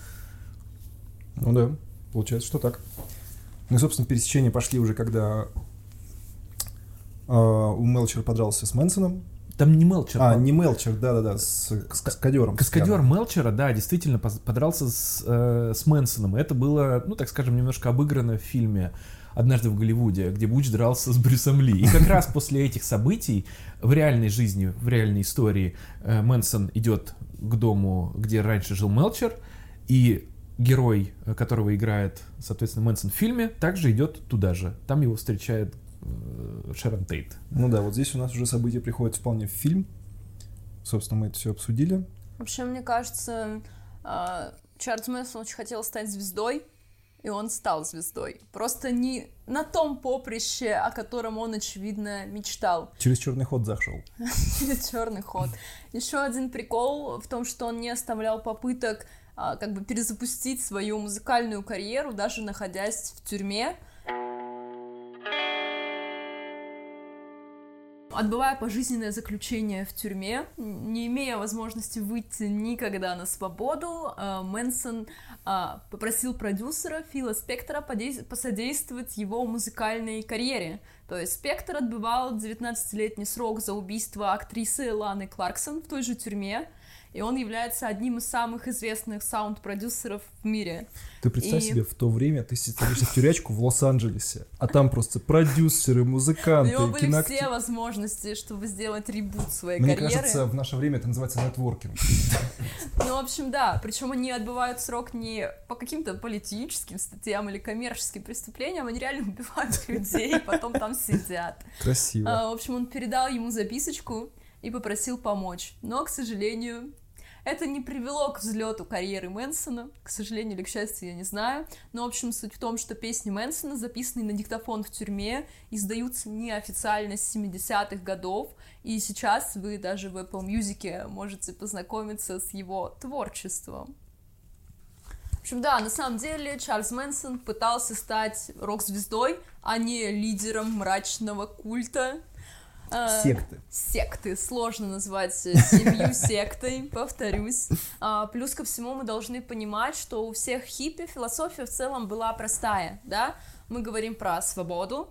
Speaker 2: Ну да, получается, что так. Ну и, собственно, пересечения пошли уже, когда у Мелчера подрался с Мэнсоном.
Speaker 3: Там не Мелчер.
Speaker 2: Не Мелчер, да-да-да, с каскадером.
Speaker 3: Каскадер Мелчера, да, действительно подрался с Мэнсоном. Это было, ну, так скажем, немножко обыграно в фильме «Однажды в Голливуде», где Буч дрался с Брюсом Ли. И как раз после этих событий в реальной жизни, в реальной истории Мэнсон идет к дому, где раньше жил Мелчер, и герой, которого играет, соответственно, Мэнсон в фильме, также идет туда же. Там его встречает Шерон Тейт.
Speaker 2: Ну да, вот здесь у нас уже события приходят вполне в фильм. Собственно, мы это все обсудили.
Speaker 4: Вообще, мне кажется, Чарльз Мэнсон очень хотел стать звездой, и он стал звездой. Просто не на том поприще, о котором он, очевидно, мечтал.
Speaker 2: Через черный ход зашел.
Speaker 4: Через черный ход. Еще один прикол в том, что он не оставлял попыток как бы перезапустить свою музыкальную карьеру, даже находясь в тюрьме. Отбывая пожизненное заключение в тюрьме, не имея возможности выйти никогда на свободу, Мэнсон попросил продюсера Фила Спектора посодействовать его музыкальной карьере. То есть Спектор отбывал 19-летний срок за убийство актрисы Ланы Кларксон в той же тюрьме, и он является одним из самых известных саунд-продюсеров в мире.
Speaker 2: Ты представь себе, в то время ты садишься в тюрячку в Лос-Анджелесе, а там просто продюсеры, музыканты,
Speaker 4: у него были все возможности, чтобы сделать ребут своей
Speaker 2: Мне
Speaker 4: карьеры.
Speaker 2: кажется, в наше время это называется нетворкинг.
Speaker 4: Ну, в общем, да. Причем они отбывают срок не по каким-то политическим статьям или коммерческим преступлениям, они реально убивают людей, потом там сидят.
Speaker 2: Красиво.
Speaker 4: В общем, он передал ему записочку и попросил помочь. Но, к сожалению, это не привело к взлету карьеры Мэнсона. К сожалению или к счастью, я не знаю. Но, в общем, суть в том, что песни Мэнсона, записанные на диктофон в тюрьме, издаются неофициально с 70-х годов. И сейчас вы даже в Apple Music можете познакомиться с его творчеством. В общем, да, на самом деле Чарльз Мэнсон пытался стать рок-звездой, а не лидером мрачного культа. Секты. Сложно назвать семью сектой, повторюсь. Плюс ко всему мы должны понимать, что у всех хиппи философия в целом была простая, да? Мы говорим про свободу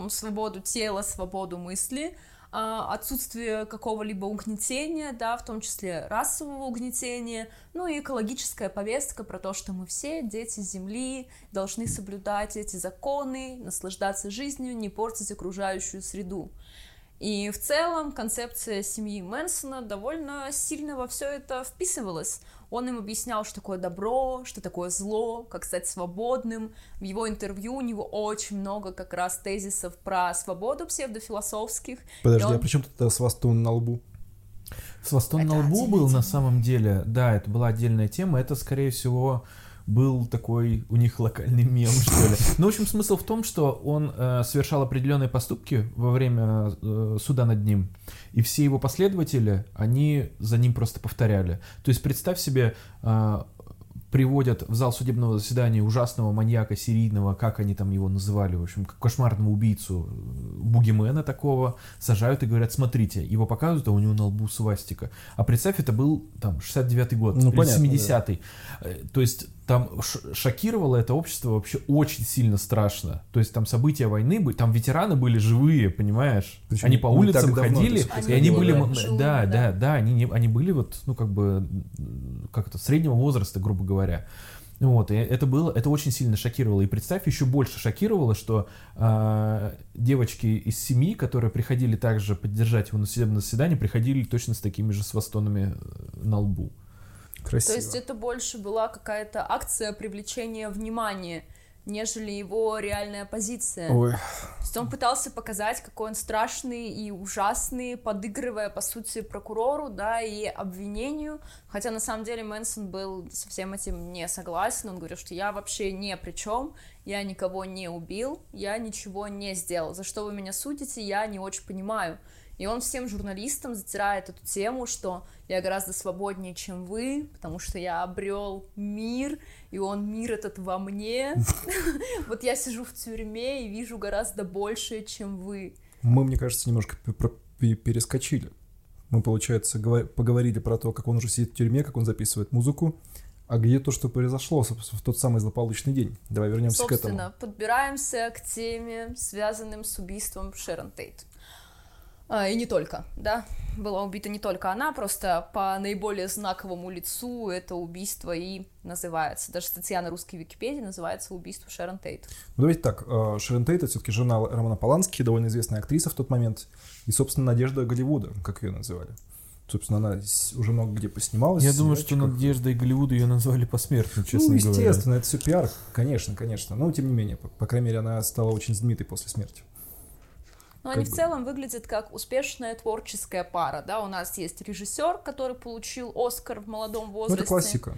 Speaker 4: тела, свободу мысли, отсутствие какого-либо угнетения, да, в том числе расового угнетения, ну и экологическая повестка про то, что мы все дети Земли, должны соблюдать эти законы, наслаждаться жизнью, не портить окружающую среду. И в целом концепция семьи Мэнсона довольно сильно во все это вписывалась. Он им объяснял, что такое добро, что такое зло, как стать свободным. В его интервью у него очень много как раз тезисов про свободу псевдофилософских.
Speaker 2: Подожди, а при чем тут свастун на лбу?
Speaker 3: Свастун на лбу был на самом деле, да, это была отдельная тема, это, скорее всего, был такой у них локальный мем, что ли. Но, в общем, смысл в том, что он совершал определенные поступки во время суда над ним, и все его последователи, они за ним просто повторяли. То есть представь себе, приводят в зал судебного заседания ужасного маньяка серийного, как они там его называли, в общем, кошмарного убийцу, бугимена такого, сажают и говорят, смотрите, его показывают, а у него на лбу свастика. А представь, это был там 69-й год, или понятно, 70-й. Да. То есть там шокировало это общество вообще очень сильно страшно. То есть там события войны были, там ветераны были живые, понимаешь? Причем они по улицам ходили, и они были... Да, они были вот, ну, как бы, как это, среднего возраста, грубо говоря. Вот, и это очень сильно шокировало. И представь, еще больше шокировало, что девочки из семьи, которые приходили также поддержать его на судебном заседании, приходили точно с такими же свастонами на лбу.
Speaker 2: Красиво.
Speaker 4: То есть это больше была какая-то акция привлечения внимания, нежели его реальная позиция.
Speaker 2: Ой.
Speaker 4: То есть он пытался показать, какой он страшный и ужасный, подыгрывая, по сути, прокурору, да, и обвинению. Хотя, на самом деле, Мэнсон был со всем этим не согласен. Он говорил, что я вообще ни при чем, я никого не убил, я ничего не сделал. За что вы меня судите, я не очень понимаю. И он всем журналистам затирает эту тему, что я гораздо свободнее, чем вы, потому что я обрел мир, и мир этот во мне. Вот я сижу в тюрьме и вижу гораздо больше, чем вы.
Speaker 2: Мы, мне кажется, немножко перескочили. Мы, получается, поговорили про то, как он уже сидит в тюрьме, как он записывает музыку. А где то, что произошло в тот самый злополучный день? Давай вернемся к этому.
Speaker 4: Собственно, подбираемся к теме, связанным с убийством Шерон Тейт. И не только, да, была убита не только она, просто по наиболее знаковому лицу это убийство и называется. Даже статья на русской Википедии называется «Убийство Шерон Тейт».
Speaker 2: Ну, давайте так, Шерон Тейт — это все-таки жена Романа Полански, довольно известная актриса в тот момент, и, собственно, Надежда Голливуда, как ее называли. Собственно, она уже много где поснималась.
Speaker 3: Я думаю, что Надеждой Голливуда ее назвали посмертно, честно говоря.
Speaker 2: Ну, естественно, это все пиар, конечно. Но, тем не менее, по крайней мере, она стала очень знаменитой после смерти.
Speaker 4: Но они в целом выглядят как успешная творческая пара, да, у нас есть режиссер, который получил Оскар в молодом возрасте.
Speaker 2: Ну, это классика.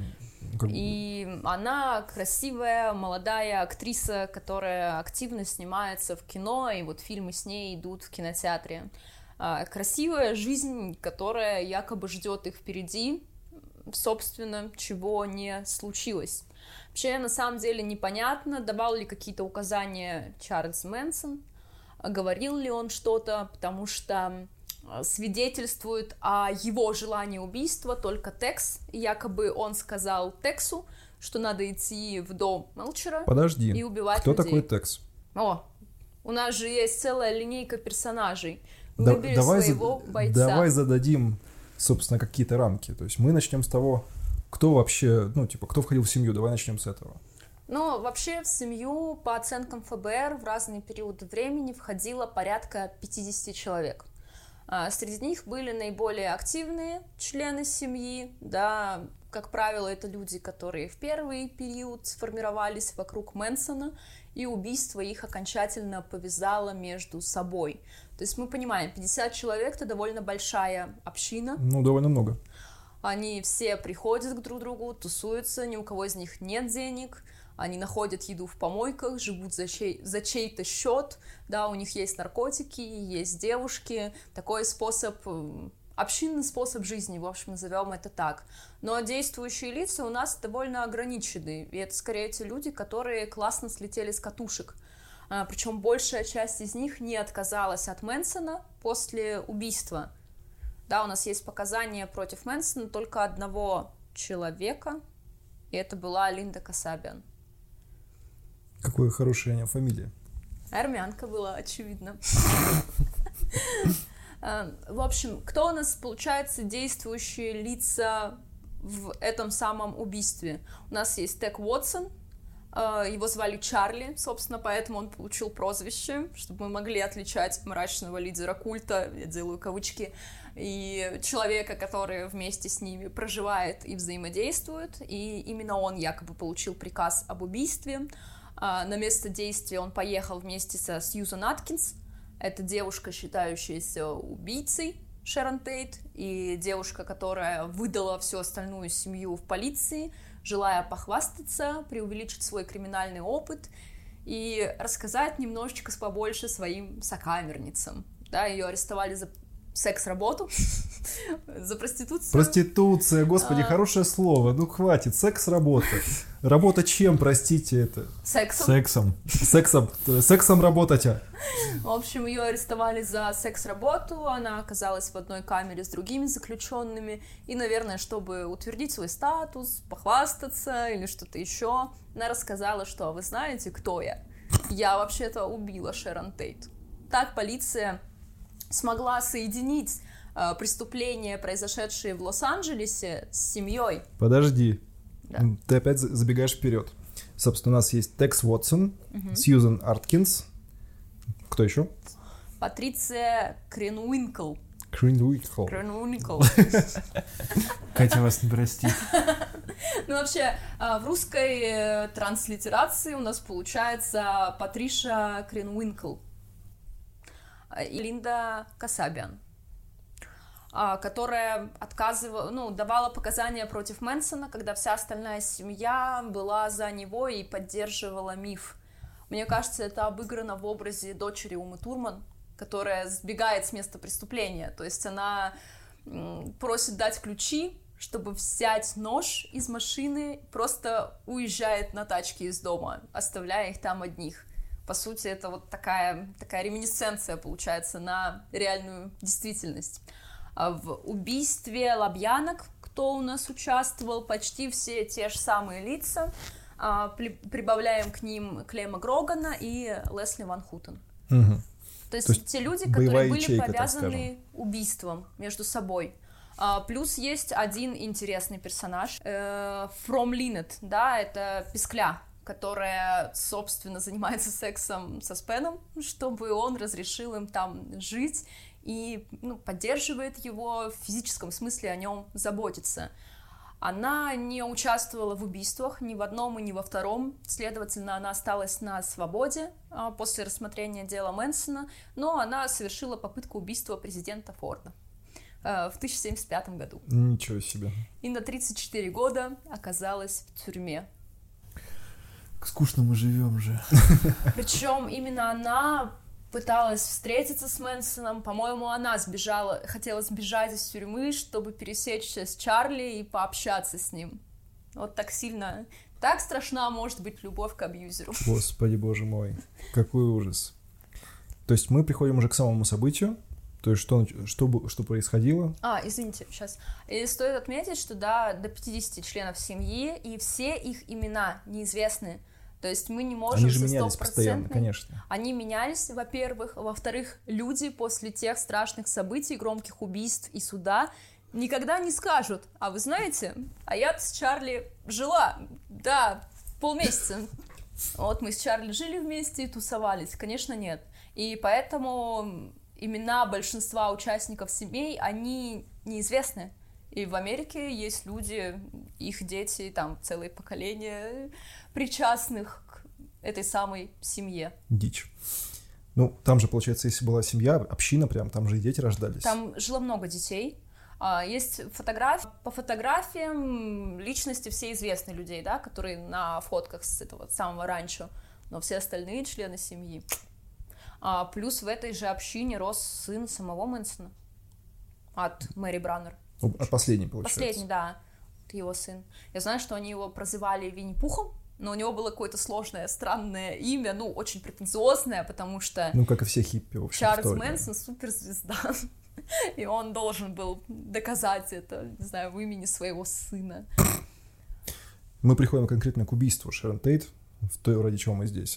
Speaker 4: И она красивая, молодая актриса, которая активно снимается в кино, и вот фильмы с ней идут в кинотеатре. Красивая жизнь, которая якобы ждет их впереди, собственно, чего не случилось. Вообще, на самом деле, непонятно, давал ли какие-то указания Чарльз Мэнсон, говорил ли он что-то, потому что свидетельствует о его желании убийства только Текс. Якобы он сказал Тексу, что надо идти в дом Мелчера и убивать
Speaker 2: кто
Speaker 4: людей.
Speaker 2: Такой Текс?
Speaker 4: У нас же есть целая линейка персонажей. Выбери своего бойца.
Speaker 2: Давай зададим, собственно, какие-то рамки. То есть мы начнем с того, кто вообще, кто входил в семью. Давай начнем с этого.
Speaker 4: Вообще в семью, по оценкам ФБР, в разные периоды времени входило порядка 50 человек. Среди них были наиболее активные члены семьи, да, как правило, это люди, которые в первый период сформировались вокруг Мэнсона, и убийство их окончательно повязало между собой. То есть мы понимаем, 50 человек — это довольно большая община.
Speaker 2: Довольно много.
Speaker 4: Они все приходят к друг другу, тусуются, ни у кого из них нет денег, они находят еду в помойках, живут за чей-то счет, да, у них есть наркотики, есть девушки, такой способ, общинный способ жизни, в общем, назовем это так. Но действующие лица у нас довольно ограничены, и это скорее те люди, которые классно слетели с катушек. Причем большая часть из них не отказалась от Мэнсона после убийства. Да, у нас есть показания против Мэнсона только одного человека, и это была Линда Касабиан.
Speaker 2: Какое хорошая фамилия.
Speaker 4: Армянка была, очевидно. В общем, кто у нас, получается, действующие лица в этом самом убийстве? У нас есть Тек Уотсон, его звали Чарли, собственно, поэтому он получил прозвище, чтобы мы могли отличать мрачного лидера культа, я делаю кавычки, и человека, который вместе с ними проживает и взаимодействует, и именно он якобы получил приказ об убийстве. На место действия он поехал вместе со Сьюзан Аткинс, это девушка, считающаяся убийцей Шерон Тейт, и девушка, которая выдала всю остальную семью в полиции, желая похвастаться, преувеличить свой криминальный опыт и рассказать немножечко побольше своим сокамерницам. Да, ее арестовали за секс-работу, за проституцию.
Speaker 2: Проституция, господи, хорошее слово. Хватит, секс-работа. Работа чем, простите это?
Speaker 4: Сексом.
Speaker 2: Сексом работать.
Speaker 4: В общем, ее арестовали за секс-работу, она оказалась в одной камере с другими заключенными, и, наверное, чтобы утвердить свой статус, похвастаться или что-то еще, она рассказала, что вы знаете, кто я? Я вообще-то убила Шерон Тейт. Так полиция смогла соединить преступления, произошедшие в Лос-Анджелесе, с семьей.
Speaker 2: Подожди, да. Ты опять забегаешь вперед. Собственно, у нас есть Текс Уотсон, Сьюзан Аткинс. Кто еще?
Speaker 4: Патриция Кренуинкл.
Speaker 2: Кренуинкл.
Speaker 3: Катя вас не простит.
Speaker 4: Вообще, в русской транслитерации у нас получается Патриша Кренуинкл и Линда Касабиан, которая давала показания против Мэнсона, когда вся остальная семья была за него и поддерживала миф. Мне кажется, это обыграно в образе дочери Умы Турман, которая сбегает с места преступления. То есть она просит дать ключи, чтобы взять нож из машины, просто уезжает на тачке из дома, оставляя их там одних. По сути, это вот такая реминисценция, получается, на реальную действительность. В убийстве лобьянок, кто у нас участвовал, почти все те же самые лица. Прибавляем к ним Клема Грогана и Лесли Ван Хутен.
Speaker 2: Угу.
Speaker 4: То есть те люди, которые были
Speaker 2: ячейка,
Speaker 4: повязаны убийством между собой. Плюс есть один интересный персонаж, From Linnet, да, это Пискля, которая, собственно, занимается сексом со Спеном, чтобы он разрешил им там жить и поддерживает его, в физическом смысле о нем заботится. Она не участвовала в убийствах ни в одном и ни во втором, следовательно, она осталась на свободе после рассмотрения дела Мэнсона, но она совершила попытку убийства президента Форда в 1075 году.
Speaker 2: Ничего себе.
Speaker 4: И на 34 года оказалась в тюрьме.
Speaker 3: Как скучно мы живем же.
Speaker 4: Причем именно она пыталась встретиться с Мэнсоном. По-моему, она хотела сбежать из тюрьмы, чтобы пересечься с Чарли и пообщаться с ним. Вот так сильно, так страшна может быть любовь к абьюзеру.
Speaker 2: Господи, боже мой, какой ужас. То есть мы приходим уже к самому событию, то есть что происходило?
Speaker 4: Извините, сейчас. И стоит отметить, что да, до 50 членов семьи, и все их имена неизвестны. То есть мы не можем...
Speaker 2: Они же менялись постоянно, конечно.
Speaker 4: Они менялись, во-первых. Во-вторых, люди после тех страшных событий, громких убийств и суда никогда не скажут: а вы знаете, я с Чарли жила, да, полмесяца. Вот мы с Чарли жили вместе и тусовались. Конечно, нет. И поэтому имена большинства участников семей, они неизвестны. И в Америке есть люди, их дети, там целые поколения причастных к этой самой семье.
Speaker 2: Дичь. Там же, получается, если была семья, община прям, там же и дети рождались.
Speaker 4: Там жило много детей. Есть фотографии. По фотографиям личности все известные людей, да, которые на фотках с этого самого ранчо, но все остальные члены семьи. Плюс в этой же общине рос сын самого Мэнсона от Мэри Браннер.
Speaker 2: От последней, получается.
Speaker 4: Последний, да, его сын. Я знаю, что они его прозывали Винни-Пухом, но у него было какое-то сложное, странное имя, очень претенциозное, потому что...
Speaker 2: как и все хиппи, в общем.
Speaker 4: Чарльз Мэнсон — суперзвезда, и он должен был доказать это, не знаю, в имени своего сына.
Speaker 2: Мы приходим конкретно к убийству Шэрон Тейт, в той, ради чего мы здесь.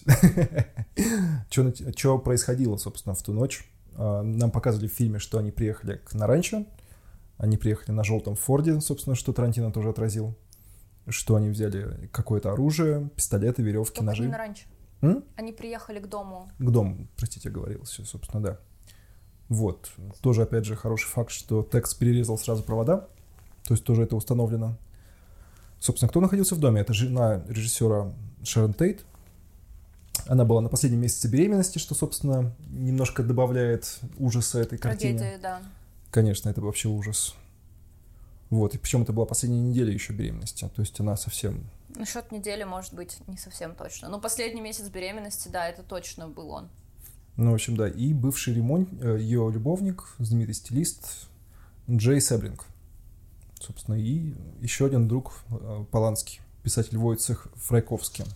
Speaker 2: Что происходило, собственно, в ту ночь? Нам показывали в фильме, что они приехали на ранчо, они приехали на желтом Форде, собственно, что Тарантино тоже отразил, что они взяли какое-то оружие, пистолеты, веревки,
Speaker 4: только
Speaker 2: ножи.
Speaker 4: Не на ранчо. Они приехали к дому.
Speaker 2: К дому, простите, оговорилась, собственно, да. Вот. Тоже, опять же, хороший факт, что Текс перерезал сразу провода, то есть тоже это установлено. Собственно, кто находился в доме? Это жена режиссера Шэрон Тейт. Она была на последнем месяце беременности, что, собственно, немножко добавляет ужаса этой картине.
Speaker 4: Трагедия, да.
Speaker 2: Конечно, это вообще ужас. Вот, и причем это была последняя неделя еще беременности, то есть она совсем...
Speaker 4: Насчет недели, может быть, не совсем точно. Но последний месяц беременности, да, это точно был он.
Speaker 2: В общем, да, и бывший ее любовник, знаменитый стилист Джей Себринг. Собственно, и еще один друг Полански, писатель Войцех Фрайковский.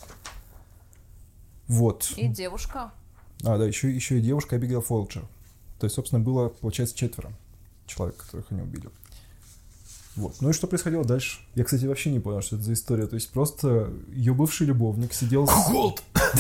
Speaker 2: Вот.
Speaker 4: И девушка.
Speaker 2: Да, еще и девушка Абигейл Фолчер. То есть, собственно, было, получается, 4 человек, которых они убили. Вот. Ну и что происходило дальше? Я, кстати, вообще не понял, что это за история. То есть просто ее бывший любовник сидел...
Speaker 3: Голд!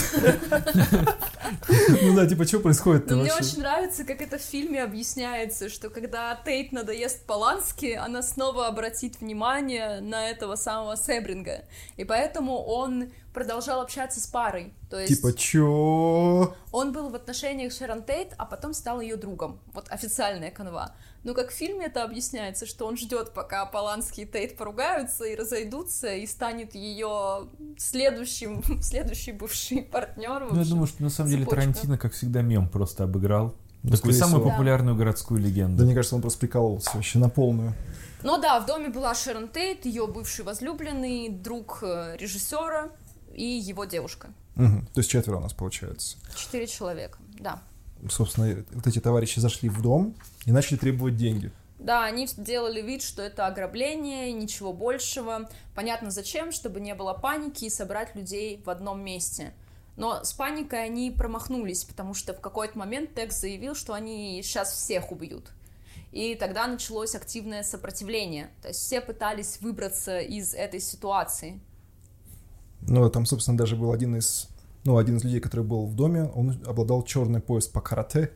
Speaker 2: Что происходит-то
Speaker 4: Но
Speaker 2: вообще?
Speaker 4: мне очень нравится, как это в фильме объясняется, что когда Тейт надоест Полански, она снова обратит внимание на этого самого Себринга. И поэтому он продолжал общаться с парой. То есть
Speaker 2: чё?
Speaker 4: Он был в отношениях с Шэрон Тейт, а потом стал ее другом. Вот официальная канва. Но как в фильме это объясняется, что он ждет, пока Полански и Тейт поругаются и разойдутся, и станет ее следующий бывший партнер.
Speaker 3: Я думаю, что на самом деле Тарантино, как всегда, мем просто обыграл.
Speaker 2: Да,
Speaker 3: такую самую популярную городскую легенду.
Speaker 2: Да, мне кажется, он просто прикалывался вообще на полную.
Speaker 4: Ну да, в доме была Шэрон Тейт, ее бывший возлюбленный, друг режиссера и его девушка.
Speaker 2: Угу. То есть 4 у нас получается.
Speaker 4: 4 человека, да.
Speaker 2: Собственно, вот эти товарищи зашли в дом и начали требовать деньги.
Speaker 4: Да, они делали вид, что это ограбление, ничего большего. Понятно зачем, чтобы не было паники и собрать людей в одном месте. Но с паникой они промахнулись, потому что в какой-то момент Текс заявил, что они сейчас всех убьют. И тогда началось активное сопротивление. То есть все пытались выбраться из этой ситуации.
Speaker 2: Ну, там, собственно, даже был один из ну, один из людей, который был в доме, он обладал черный пояс по карате.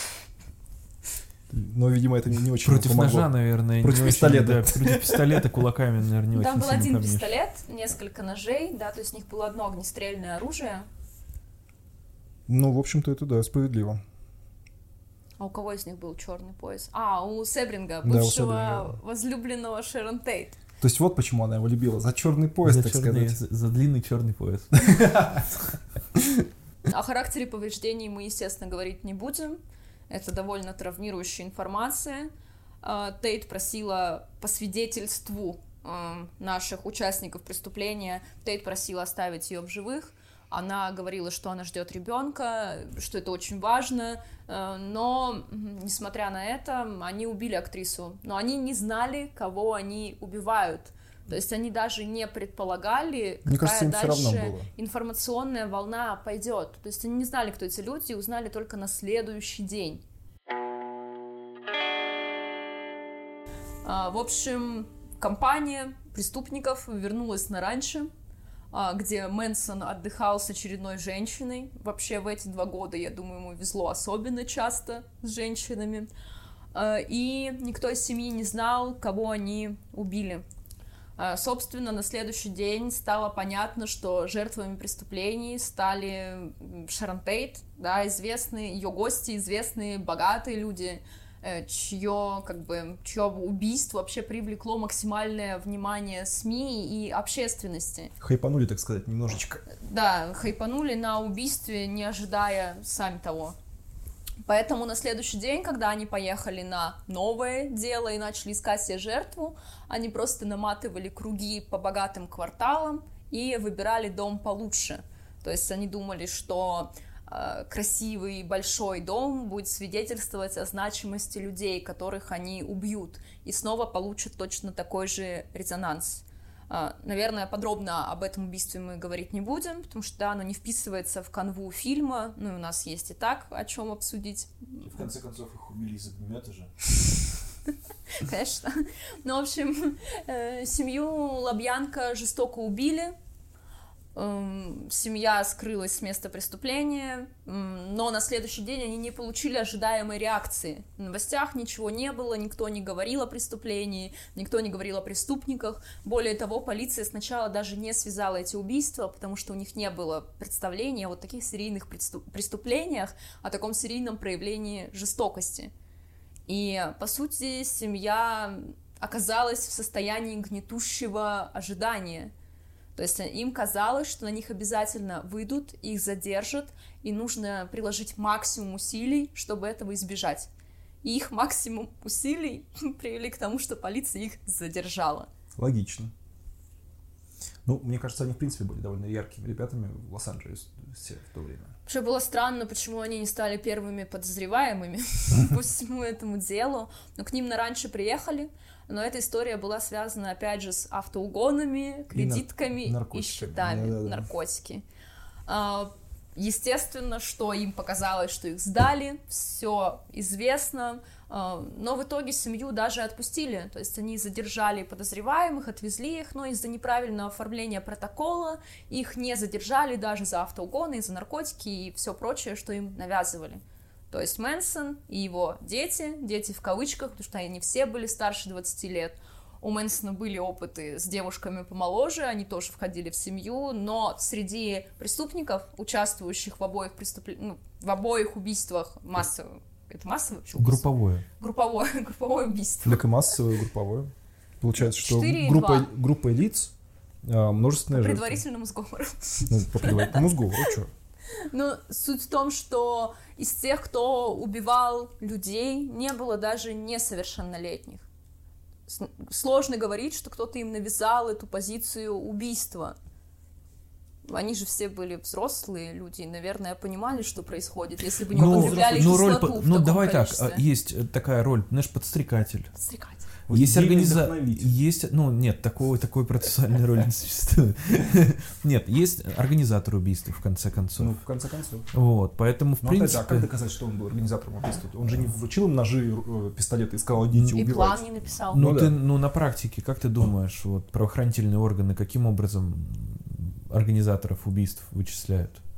Speaker 2: Но, видимо, это не очень
Speaker 3: Против
Speaker 2: помогло.
Speaker 3: ножа, наверное,
Speaker 2: Против
Speaker 3: не
Speaker 2: пистолета.
Speaker 3: Очень, да, против пистолета кулаками, наверное, не
Speaker 4: Там
Speaker 3: очень
Speaker 4: был
Speaker 3: сильно
Speaker 4: один
Speaker 3: побьешь.
Speaker 4: пистолет, несколько ножей, да, то есть у них было одно огнестрельное оружие.
Speaker 2: Ну, в общем-то, это, да, справедливо.
Speaker 4: А у кого из них был черный пояс? А, у Себринга,
Speaker 2: Да, у
Speaker 4: бывшего
Speaker 2: Себринга.
Speaker 4: возлюбленного Шерон Тейт.
Speaker 2: То есть вот почему она его любила. За черный пояс,
Speaker 3: За
Speaker 2: так
Speaker 3: черный-
Speaker 2: сказать.
Speaker 3: за длинный черный пояс.
Speaker 4: О характере повреждений мы, естественно, говорить не будем. Это довольно травмирующая информация. Тейт просила по свидетельству наших участников преступления, Тейт просила оставить ее в живых. Она говорила, что она ждет ребенка, что это очень важно, но, несмотря на это, они убили актрису. Но они не знали, кого они убивают. То есть они даже не предполагали,
Speaker 2: Мне кажется,
Speaker 4: какая
Speaker 2: им всё равно
Speaker 4: дальше
Speaker 2: было.
Speaker 4: информационная волна пойдет. То есть они не знали, кто эти люди, и узнали только на следующий день. В общем, компания преступников вернулась на ранчо, где Мэнсон отдыхал с очередной женщиной. Вообще в эти 2 года, я думаю, ему везло особенно часто с женщинами. И никто из семьи не знал, кого они убили. Собственно, на следующий день стало понятно, что жертвами преступлений стали Шерон Тейт, да, известные ее гости, известные богатые люди, чье убийство вообще привлекло максимальное внимание СМИ и общественности.
Speaker 2: Хайпанули, так сказать, немножечко.
Speaker 4: Да, хайпанули на убийстве, не ожидая сами того. Поэтому на следующий день, когда они поехали на новое дело и начали искать себе жертву, они просто наматывали круги по богатым кварталам и выбирали дом получше. То есть они думали, что красивый большой дом будет свидетельствовать о значимости людей, которых они убьют, и снова получат точно такой же резонанс. Наверное, подробно об этом убийстве мы говорить не будем, потому что да, оно не вписывается в канву фильма, ну и у нас есть и так о чем обсудить.
Speaker 3: В конце концов, их убили из огнемета же.
Speaker 4: Конечно. Ну, в общем, семью Лобьянко жестоко убили. Семья скрылась с места преступления, но на следующий день они не получили ожидаемой реакции. В новостях ничего не было, никто не говорил о преступлении, никто не говорил о преступниках. Более того, полиция сначала даже не связала эти убийства, потому что у них не было представления о вот таких серийных преступлениях, о таком серийном проявлении жестокости. И, по сути, семья оказалась в состоянии гнетущего ожидания. То есть им казалось, что на них обязательно выйдут, их задержат, и нужно приложить максимум усилий, чтобы этого избежать. И их максимум усилий привели к тому, что полиция их задержала.
Speaker 2: Логично. Ну, мне кажется, они, в принципе, были довольно яркими ребятами в Лос-Анджелесе в то время.
Speaker 4: Вообще было странно, почему они не стали первыми подозреваемыми по всему этому делу. Но к ним на раньше приехали, но эта история была связана, опять же, с автоугонами, кредитками и счетами, наркотики. Естественно, что им показалось, что их сдали, все известно, но в итоге семью даже отпустили, то есть они задержали подозреваемых, отвезли их, но из-за неправильного оформления протокола их не задержали даже за автоугоны, за наркотики и все прочее, что им навязывали. То есть Мэнсон и его дети в кавычках, потому что они все были старше 20 лет, у Мэнсона были опыты с девушками помоложе, они тоже входили в семью, но среди преступников, участвующих в обоих убийствах массовых, это массовое убийство? Групповое убийство.
Speaker 2: Так и массовое, групповое. Получается, что
Speaker 4: 4
Speaker 2: группа лиц, множественная жертва.
Speaker 4: По предварительному сговору.
Speaker 2: Ну, по предварительному сговору, что?
Speaker 4: Ну, суть в том, что из тех, кто убивал людей, не было даже несовершеннолетних. Сложно говорить, что кто-то им навязал эту позицию убийства. Они же все были взрослые люди, и, наверное, понимали, что происходит, если бы не употребляли кислоту в таком
Speaker 3: давай
Speaker 4: количестве.
Speaker 3: Так, есть такая роль, знаешь, подстрекатель.
Speaker 4: Подстрекатель.
Speaker 3: Есть есть, ну нет, такой процессуальной роли не существует. Нет, есть организатор убийства, в конце концов.
Speaker 2: Ну, в конце концов.
Speaker 3: Вот, поэтому, в принципе...
Speaker 2: А как доказать, что он был организатором убийства? Он же не вручил им ножи, пистолеты и сказал, идите убивать.
Speaker 4: И план не написал.
Speaker 3: Ну, на практике, как ты думаешь, вот правоохранительные органы каким образом организаторов убийств вычисляют?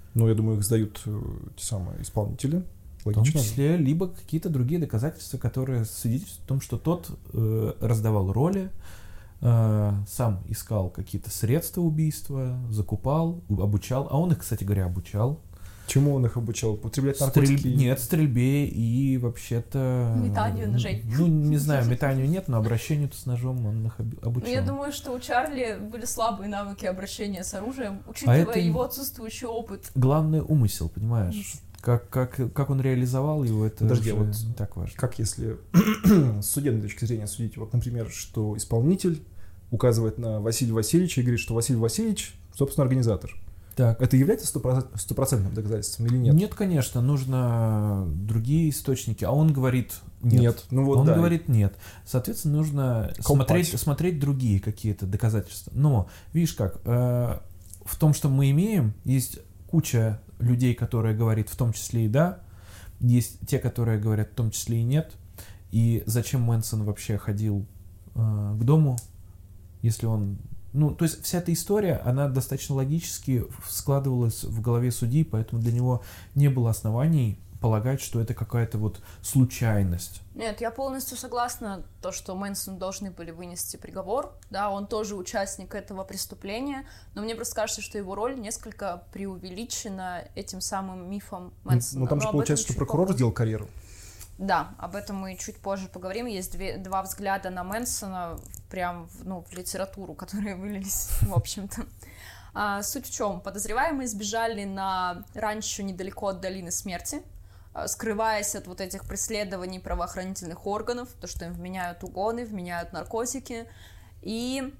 Speaker 2: Ну, я думаю, их сдают те самые исполнители.
Speaker 3: В том числе, либо какие-то другие доказательства, которые свидетельствуют о том, что тот раздавал роли, сам искал какие-то средства убийства, закупал, обучал. А он их, кстати говоря, обучал.
Speaker 2: Чему он их обучал? Употреблять наркотики?
Speaker 3: Нет, стрельбе и вообще-то...
Speaker 4: Метанию ножей.
Speaker 3: Ну, не знаю, метанию нет, но обращению с ножом он их обучал.
Speaker 4: Я думаю, что у Чарли были слабые навыки обращения с оружием, учитывая его отсутствующий опыт.
Speaker 3: Главный умысел, понимаешь? Как он реализовал его, это
Speaker 2: Подожди,
Speaker 3: уже
Speaker 2: вот
Speaker 3: не так важно.
Speaker 2: Как если с судебной точки зрения судить, вот, например, что исполнитель указывает на Василия Васильевича и говорит, что Василий Васильевич, собственно, организатор.
Speaker 3: Так.
Speaker 2: Это является стопроцентным доказательством или нет?
Speaker 3: Нет, конечно, нужно другие источники. А он говорит нет.
Speaker 2: Нет. Ну вот
Speaker 3: он
Speaker 2: да.
Speaker 3: говорит нет. Соответственно, нужно смотреть другие какие-то доказательства. Но, видишь как, в том, что мы имеем, есть куча людей, которые говорят в том числе и да, есть те, которые говорят в том числе и нет. И зачем Мэнсон вообще ходил к дому, если он... Ну, то есть вся эта история, она достаточно логически складывалась в голове судьи, поэтому для него не было оснований полагать, что это какая-то вот случайность.
Speaker 4: Нет, я полностью согласна, то, что Мэнсону должны были вынести приговор, да, он тоже участник этого преступления, но мне просто кажется, что его роль несколько преувеличена этим самым мифом Мэнсона.
Speaker 2: Ну, там же получается, что прокурор сделал карьеру.
Speaker 4: Да, об этом мы чуть позже поговорим. Есть два взгляда на Мэнсона прям в литературу, которые вылились, в общем-то. Суть в чем? Подозреваемые сбежали на ранчо недалеко от Долины Смерти, скрываясь от вот этих преследований правоохранительных органов, то, что им вменяют угоны, вменяют наркотики, и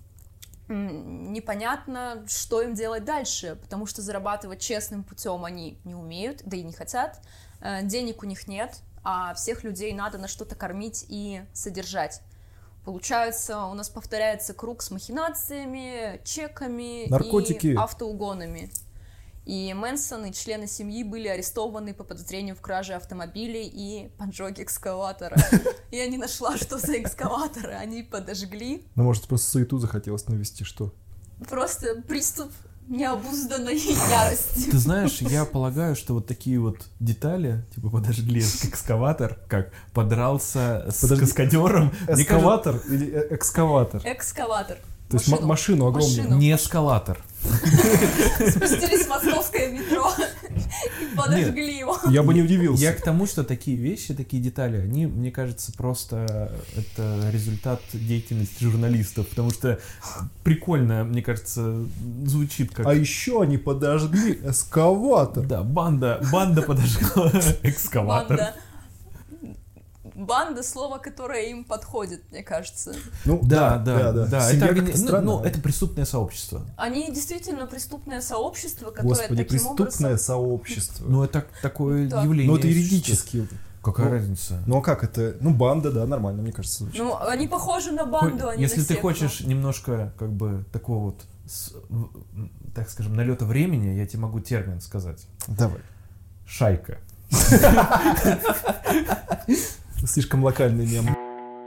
Speaker 4: непонятно, что им делать дальше, потому что зарабатывать честным путем они не умеют, да и не хотят, денег у них нет, а всех людей надо на что-то кормить и содержать. Получается, у нас повторяется круг с махинациями, чеками
Speaker 2: наркотики
Speaker 4: и автоугонами. И Мэнсон и члены семьи были арестованы по подозрению в краже автомобилей и поджоге экскаватора. Я не нашла, что за экскаваторы они подожгли.
Speaker 2: Ну, может, просто суету захотелось навести, что?
Speaker 4: Просто приступ необузданной ярости.
Speaker 3: Ты знаешь, я полагаю, что вот такие вот детали, типа подожгли экскаватор, как подрался с каскадером.
Speaker 2: Эскаватор или экскаватор?
Speaker 4: Экскаватор.
Speaker 2: То есть машину огромную.
Speaker 3: Не эскалатор.
Speaker 4: Спустились в московское метро и подожгли его.
Speaker 2: Я бы не удивился.
Speaker 3: Я к тому, что такие вещи, такие детали, они, мне кажется, просто это результат деятельности журналистов, потому что прикольно, мне кажется, звучит как...
Speaker 2: А еще они подожгли эскаватор.
Speaker 3: Да, банда подожгла экскаватор.
Speaker 4: Банда — слово, которое им подходит, мне кажется.
Speaker 2: Ну,
Speaker 3: да.
Speaker 2: Это
Speaker 3: преступное сообщество.
Speaker 4: Они действительно преступное сообщество, которое
Speaker 2: Господи,
Speaker 4: таким образом...
Speaker 2: преступное сообщество.
Speaker 3: Ну, это такое
Speaker 4: Да.
Speaker 3: явление.
Speaker 2: Ну, это юридически.
Speaker 3: Какая разница?
Speaker 2: Ну, а как это? Ну, банда, да, нормально, мне кажется. Звучит.
Speaker 4: Ну, они похожи на банду, они
Speaker 3: Если
Speaker 4: на
Speaker 3: ты
Speaker 4: секту.
Speaker 3: хочешь немножко, как бы, такого вот, так скажем, налета времени, я тебе могу термин сказать.
Speaker 2: Давай.
Speaker 3: Шайка.
Speaker 2: Слишком локальный мем.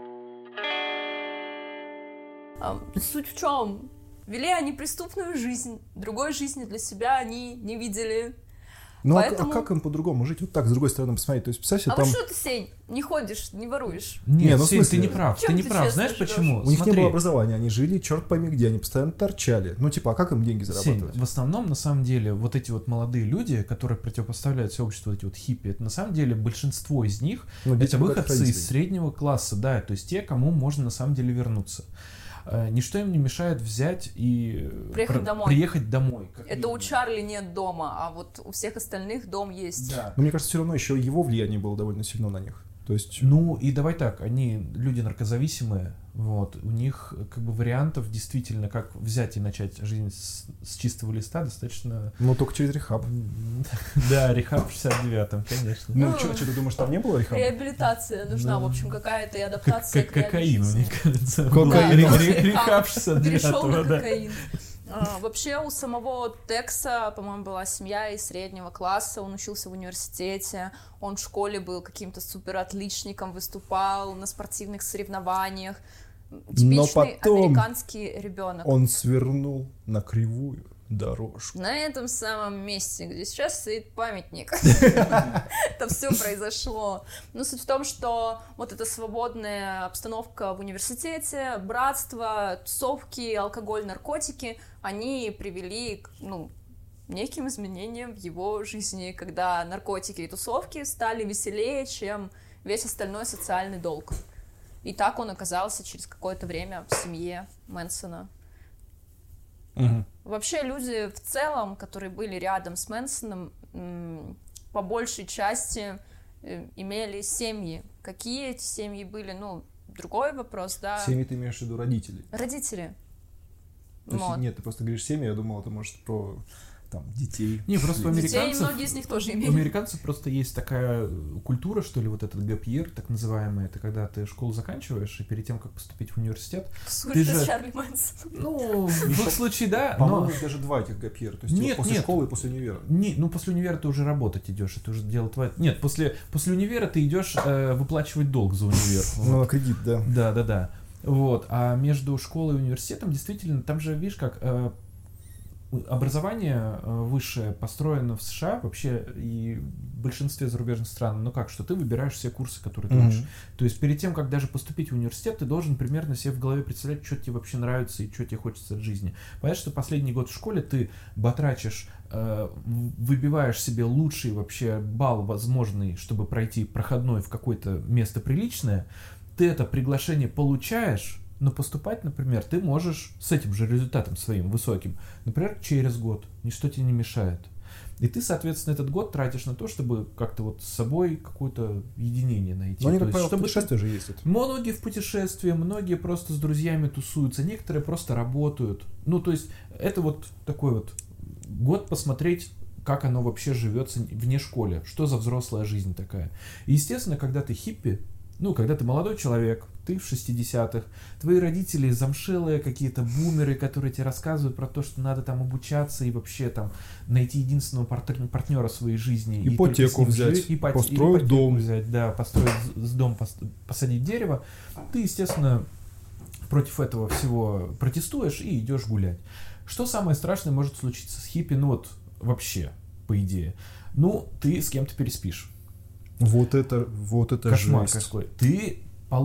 Speaker 4: Суть в чем? Вели они преступную жизнь, другой жизни для себя они не видели.
Speaker 2: Ну,
Speaker 4: Поэтому...
Speaker 2: а как им по-другому жить? Вот так, с другой стороны, посмотреть. То есть, представь себе,
Speaker 4: А
Speaker 2: там...
Speaker 4: вот что ты, Сень, не ходишь, не воруешь?
Speaker 3: Нет,
Speaker 2: ну, в
Speaker 3: Сень,
Speaker 2: смысле?
Speaker 3: ты не прав,
Speaker 4: Чем
Speaker 3: ты не
Speaker 4: ты
Speaker 3: прав.
Speaker 4: честно
Speaker 3: Знаешь
Speaker 4: живешь?
Speaker 3: почему?
Speaker 2: У них
Speaker 3: Смотри.
Speaker 2: не было образования, они жили черт пойми где, они постоянно торчали. Ну, типа, а как им деньги зарабатывать?
Speaker 3: Сень, в основном, на самом деле, вот эти вот молодые люди, которые противопоставляют обществу вот эти вот хиппи, это на самом деле большинство из них,
Speaker 2: Ну, дети
Speaker 3: это
Speaker 2: богатых
Speaker 3: выходцы
Speaker 2: родителей.
Speaker 3: из среднего класса, да, то есть те, кому можно на самом деле вернуться. Ничто им не мешает взять и приехать домой. Как
Speaker 4: Это
Speaker 3: минимум.
Speaker 4: у Чарли нет дома, а вот у всех остальных дом есть.
Speaker 3: Да.
Speaker 2: Но мне кажется, все равно еще его влияние было довольно сильно на них. То есть...
Speaker 3: Ну и давай так, они люди наркозависимые, вот, у них как бы вариантов действительно, как взять и начать жизнь с чистого листа, достаточно...
Speaker 2: Ну, только через рехаб.
Speaker 3: Да, рехаб в 69-м, конечно.
Speaker 2: Ну, что ты думаешь, там не было рехаба?
Speaker 4: Реабилитация нужна, в общем, какая-то и адаптация к
Speaker 3: Кокаин,
Speaker 4: реальной
Speaker 3: мне
Speaker 4: жизни.
Speaker 3: кажется.
Speaker 2: Кокаин.
Speaker 3: Рехаб
Speaker 4: Перешел на
Speaker 3: 69-го, да.
Speaker 4: кокаин. Вообще у самого Текса, по-моему, была семья из среднего класса, он учился в университете, он в школе был каким-то суперотличником, выступал на спортивных соревнованиях. Типичный
Speaker 2: потом
Speaker 4: американский ребенок.
Speaker 2: Он свернул на кривую. дорожку.
Speaker 4: На этом самом месте, где сейчас стоит памятник, это все произошло. Но суть в том, что вот эта свободная обстановка в университете, братство, тусовки, алкоголь, наркотики, они привели к, неким изменениям в его жизни, когда наркотики и тусовки стали веселее, чем весь остальной социальный долг. И так он оказался через какое-то время в семье Мэнсона.
Speaker 2: Угу.
Speaker 4: Вообще люди в целом, которые были рядом с Мэнсоном, по большей части имели семьи. Какие эти семьи были, другой вопрос, да.
Speaker 2: Семьи ты имеешь в виду родителей?
Speaker 4: Родители.
Speaker 2: То есть, нет, ты просто говоришь семьи, я думал, это может про детей.
Speaker 3: Не, просто у
Speaker 4: Детей
Speaker 3: американцев...
Speaker 4: многие из них тоже
Speaker 3: У
Speaker 4: имели.
Speaker 3: американцев просто есть такая культура, что ли, вот этот gap year, так называемый, это когда ты школу заканчиваешь, и перед тем, как поступить в университет...
Speaker 4: Слушай,
Speaker 3: же-
Speaker 4: Чарли Мэнсон.
Speaker 3: в их случае, да,
Speaker 2: По-моему,
Speaker 3: но...
Speaker 2: их даже два этих гапьера. То есть
Speaker 3: Нет,
Speaker 2: после
Speaker 3: нет.
Speaker 2: школы и после универа.
Speaker 3: После универа ты уже работать идешь, это уже дело твое. Нет, после универа ты идешь выплачивать долг за универ.
Speaker 2: Ну, на кредит, да.
Speaker 3: Да. Вот. А между школой и университетом действительно, там же, видишь, как образование высшее построено в США вообще и в большинстве зарубежных стран. Ну как, что ты выбираешь все курсы, которые ты учишь. То есть перед тем, как даже поступить в университет, ты должен примерно себе в голове представлять, что тебе вообще нравится и что тебе хочется от жизни. Понятно, что последний год в школе ты батрачишь, выбиваешь себе лучший вообще балл возможный, чтобы пройти проходной в какое-то место приличное. Ты это приглашение получаешь, но поступать, например, ты можешь с этим же результатом своим высоким, например, через год. Ничто тебе не мешает. И ты, соответственно, этот год тратишь на то, чтобы как-то вот с собой какое-то единение найти.
Speaker 2: Но они,
Speaker 3: То
Speaker 2: как
Speaker 3: есть,
Speaker 2: правило, в путешествия же ездят.
Speaker 3: Многие в путешествия, многие просто с друзьями тусуются, некоторые просто работают. Ну, то есть, это вот такой вот год посмотреть, как оно вообще живется вне школы, что за взрослая жизнь такая. И, естественно, когда ты хиппи, когда ты молодой человек, ты в 60-х, твои родители замшелые какие-то бумеры, которые тебе рассказывают про то, что надо там обучаться и вообще там найти единственного партнера своей жизни.
Speaker 2: Ипотеку взять, построить дом.
Speaker 3: Взять, да, построить дом, посадить дерево. Ты, естественно, против этого всего протестуешь и идешь гулять. Что самое страшное может случиться с хиппи, вообще, по идее? Ты с кем-то переспишь.
Speaker 2: Вот это
Speaker 3: Кошмар
Speaker 2: жесть.
Speaker 3: какой. Ты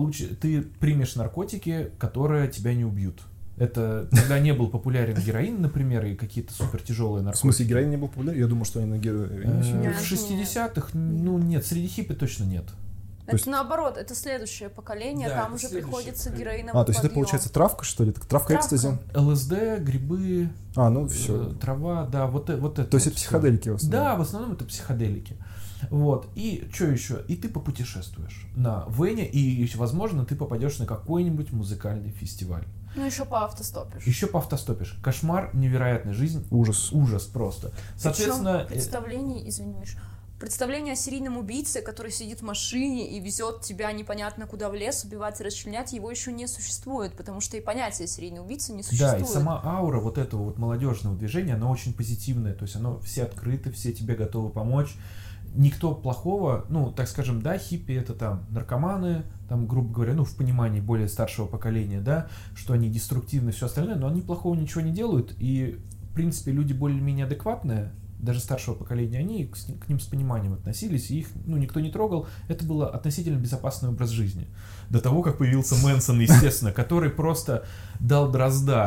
Speaker 3: примешь наркотики, которые тебя не убьют. Это тогда не был популярен героин, например, и какие-то супер тяжелые наркотики.
Speaker 2: В смысле, героин не был популярен? Я думал, что они на героине.
Speaker 3: В 60-х, нет, среди хиппи точно нет.
Speaker 4: Это
Speaker 2: есть-
Speaker 4: наоборот, это следующее поколение,
Speaker 3: Да,
Speaker 4: там
Speaker 3: это
Speaker 4: уже
Speaker 3: следующее
Speaker 4: приходится
Speaker 3: поколение.
Speaker 4: героиновый
Speaker 2: То есть это
Speaker 4: подъем.
Speaker 2: получается травка, что ли? Травка
Speaker 4: Травка.
Speaker 2: экстази?
Speaker 3: ЛСД, грибы,
Speaker 2: Все.
Speaker 3: трава, да, вот это.
Speaker 2: То есть это
Speaker 3: всё.
Speaker 2: психоделики в основном?
Speaker 3: Да, в основном это психоделики. Вот. И что еще? И ты попутешествуешь на Вене, и, возможно, ты попадешь на какой-нибудь музыкальный фестиваль.
Speaker 4: Еще поавтостопишь.
Speaker 3: Еще поавтостопишь. Кошмар, невероятная жизнь.
Speaker 2: Ужас.
Speaker 3: Ужас просто. Соответственно,
Speaker 4: Представление о серийном убийце, который сидит в машине и везет тебя непонятно куда в лес, убивать и расчленять, его еще не существует, потому что и понятия серийный убийца не
Speaker 3: да,
Speaker 4: существует.
Speaker 3: и сама аура вот этого вот молодежного движения, она очень позитивная. То есть оно все открыты, все тебе готовы помочь. Никто плохого, так скажем, да, хиппи это там наркоманы, там, грубо говоря, в понимании более старшего поколения, да, что они деструктивны и все остальное, но они плохого ничего не делают, и, в принципе, люди более-менее адекватные, даже старшего поколения, они к ним с пониманием относились, и их, никто не трогал, это был относительно безопасный образ жизни. До того, как появился Мэнсон, естественно, который просто дал дрозда.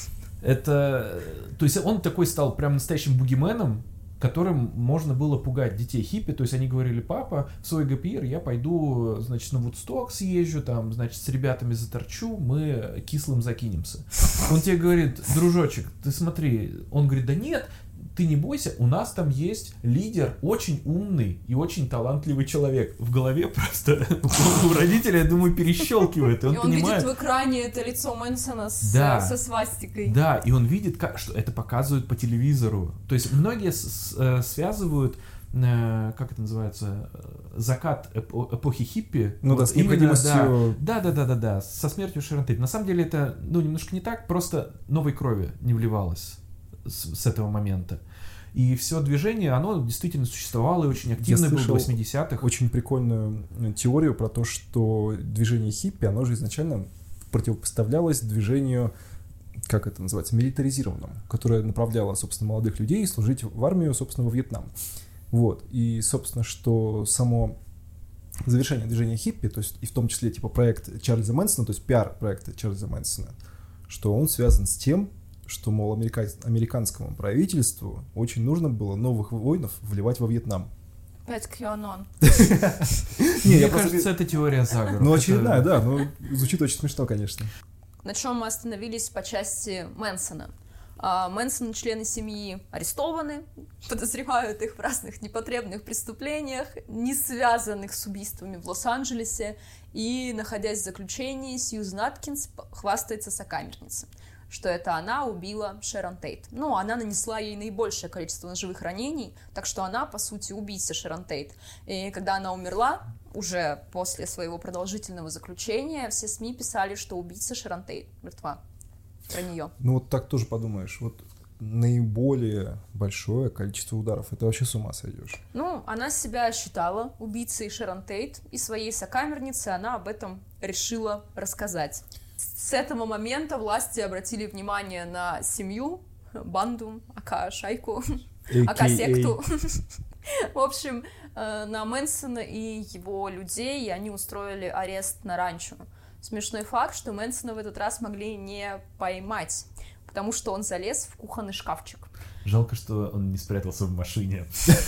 Speaker 3: То есть он такой стал прям настоящим бугименом, которым можно было пугать детей хиппи, то есть они говорили: папа, в свой гэп-йир я пойду, значит, на Вудсток съезжу, там, значит, с ребятами заторчу, мы кислым закинемся. Он тебе говорит: дружочек, ты смотри, он говорит: да нет, ты не бойся, у нас там есть лидер, очень умный и очень талантливый человек. В голове просто у родителей, я думаю, перещелкивает, и он понимает...
Speaker 4: видит в экране это лицо Мэнсона со свастикой.
Speaker 3: Да, и он видит, что это показывают по телевизору. То есть многие связывают, как это называется, закат эпохи хиппи.
Speaker 2: С необходимостью...
Speaker 3: Да, со смертью Шэрон Тейт. На самом деле это, немножко не так, просто новой крови не вливалось с этого момента. И все движение, оно действительно существовало и очень активно было в 80-х.
Speaker 2: Очень прикольную теорию про то, что движение хиппи, оно же изначально противопоставлялось движению как это называется, милитаризированном, которое направляло, собственно, молодых людей служить в армию, собственно, во Вьетнам. Вот. И, собственно, что само завершение движения хиппи, то есть и в том числе типа проект Чарльза Мэнсона, то есть пиар-проект Чарльза Мэнсона, что он связан с тем, что, мол, американскому правительству очень нужно было новых воинов вливать во Вьетнам.
Speaker 4: Опять QAnon.
Speaker 3: Мне кажется, это теория заговора.
Speaker 2: Ну, очередная, да, но звучит очень смешно, конечно.
Speaker 4: На чем мы остановились по части Мэнсона? Мэнсон и члены семьи арестованы, подозревают их в разных непотребных преступлениях, не связанных с убийствами в Лос-Анджелесе, и, находясь в заключении, Сьюзен Аткинс хвастается сокамерницей, что это она убила Шерон Тейт. Ну, она нанесла ей наибольшее количество ножевых ранений, так что она, по сути, убийца Шерон Тейт. И когда она умерла, уже после своего продолжительного заключения, все СМИ писали, что убийца Шерон Тейт мертва. Про нее.
Speaker 2: Ну, вот так тоже подумаешь. Вот наиболее большое количество ударов. Это вообще с ума сойдешь.
Speaker 4: Ну, она себя считала убийцей Шерон Тейт, и своей сокамернице она об этом решила рассказать. С этого момента власти обратили внимание на семью, банду, шайку, секту. В общем, на Мэнсона и его людей, и они устроили арест на ранчо. Смешной факт, что Мэнсона в этот раз могли не поймать, потому что он залез в кухонный шкафчик.
Speaker 3: Жалко, что он не спрятался в машине.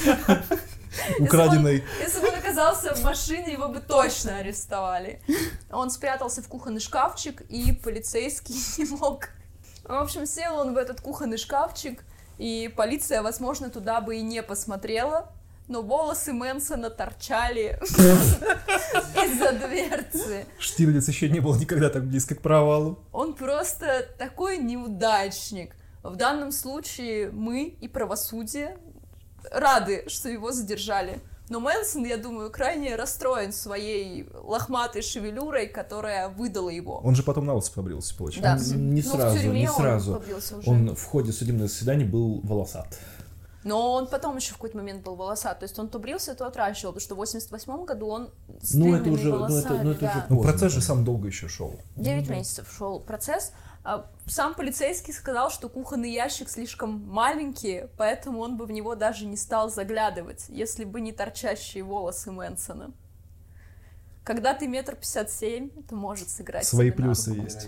Speaker 2: Украденной.
Speaker 4: Если бы он оказался в машине, его бы точно арестовали. Он спрятался в кухонный шкафчик, и полицейский не мог. В общем, сел он в этот кухонный шкафчик, и полиция, возможно, туда бы и не посмотрела, но волосы Мэнсона торчали из-за дверцы.
Speaker 2: Штирлиц еще не был никогда так близко к провалу.
Speaker 4: Он просто такой неудачник. В данном случае мы и правосудие рады, что его задержали. Но Мэнсон, я думаю, крайне расстроен своей лохматой шевелюрой, которая выдала его.
Speaker 2: Он же потом на лысо побрился, получается.
Speaker 4: Да.
Speaker 5: Не сразу.
Speaker 4: Он побрился уже.
Speaker 5: Он в ходе судебного заседания был волосат.
Speaker 4: Но он потом еще в какой-то момент был волосат. То есть он то брился, то отращивал. Потому что в 88 году он с длинными волосами.
Speaker 5: Это
Speaker 2: Ну, процесс же сам долго еще шел.
Speaker 4: 9 месяцев шел процесс. Сам полицейский сказал, что кухонный ящик слишком маленький, поэтому он бы в него даже не стал заглядывать, если бы не торчащие волосы Мэнсона. Когда ты 1,57 м, это может сыграть.
Speaker 2: Свои
Speaker 4: себе на
Speaker 2: плюсы
Speaker 4: руку.
Speaker 2: есть.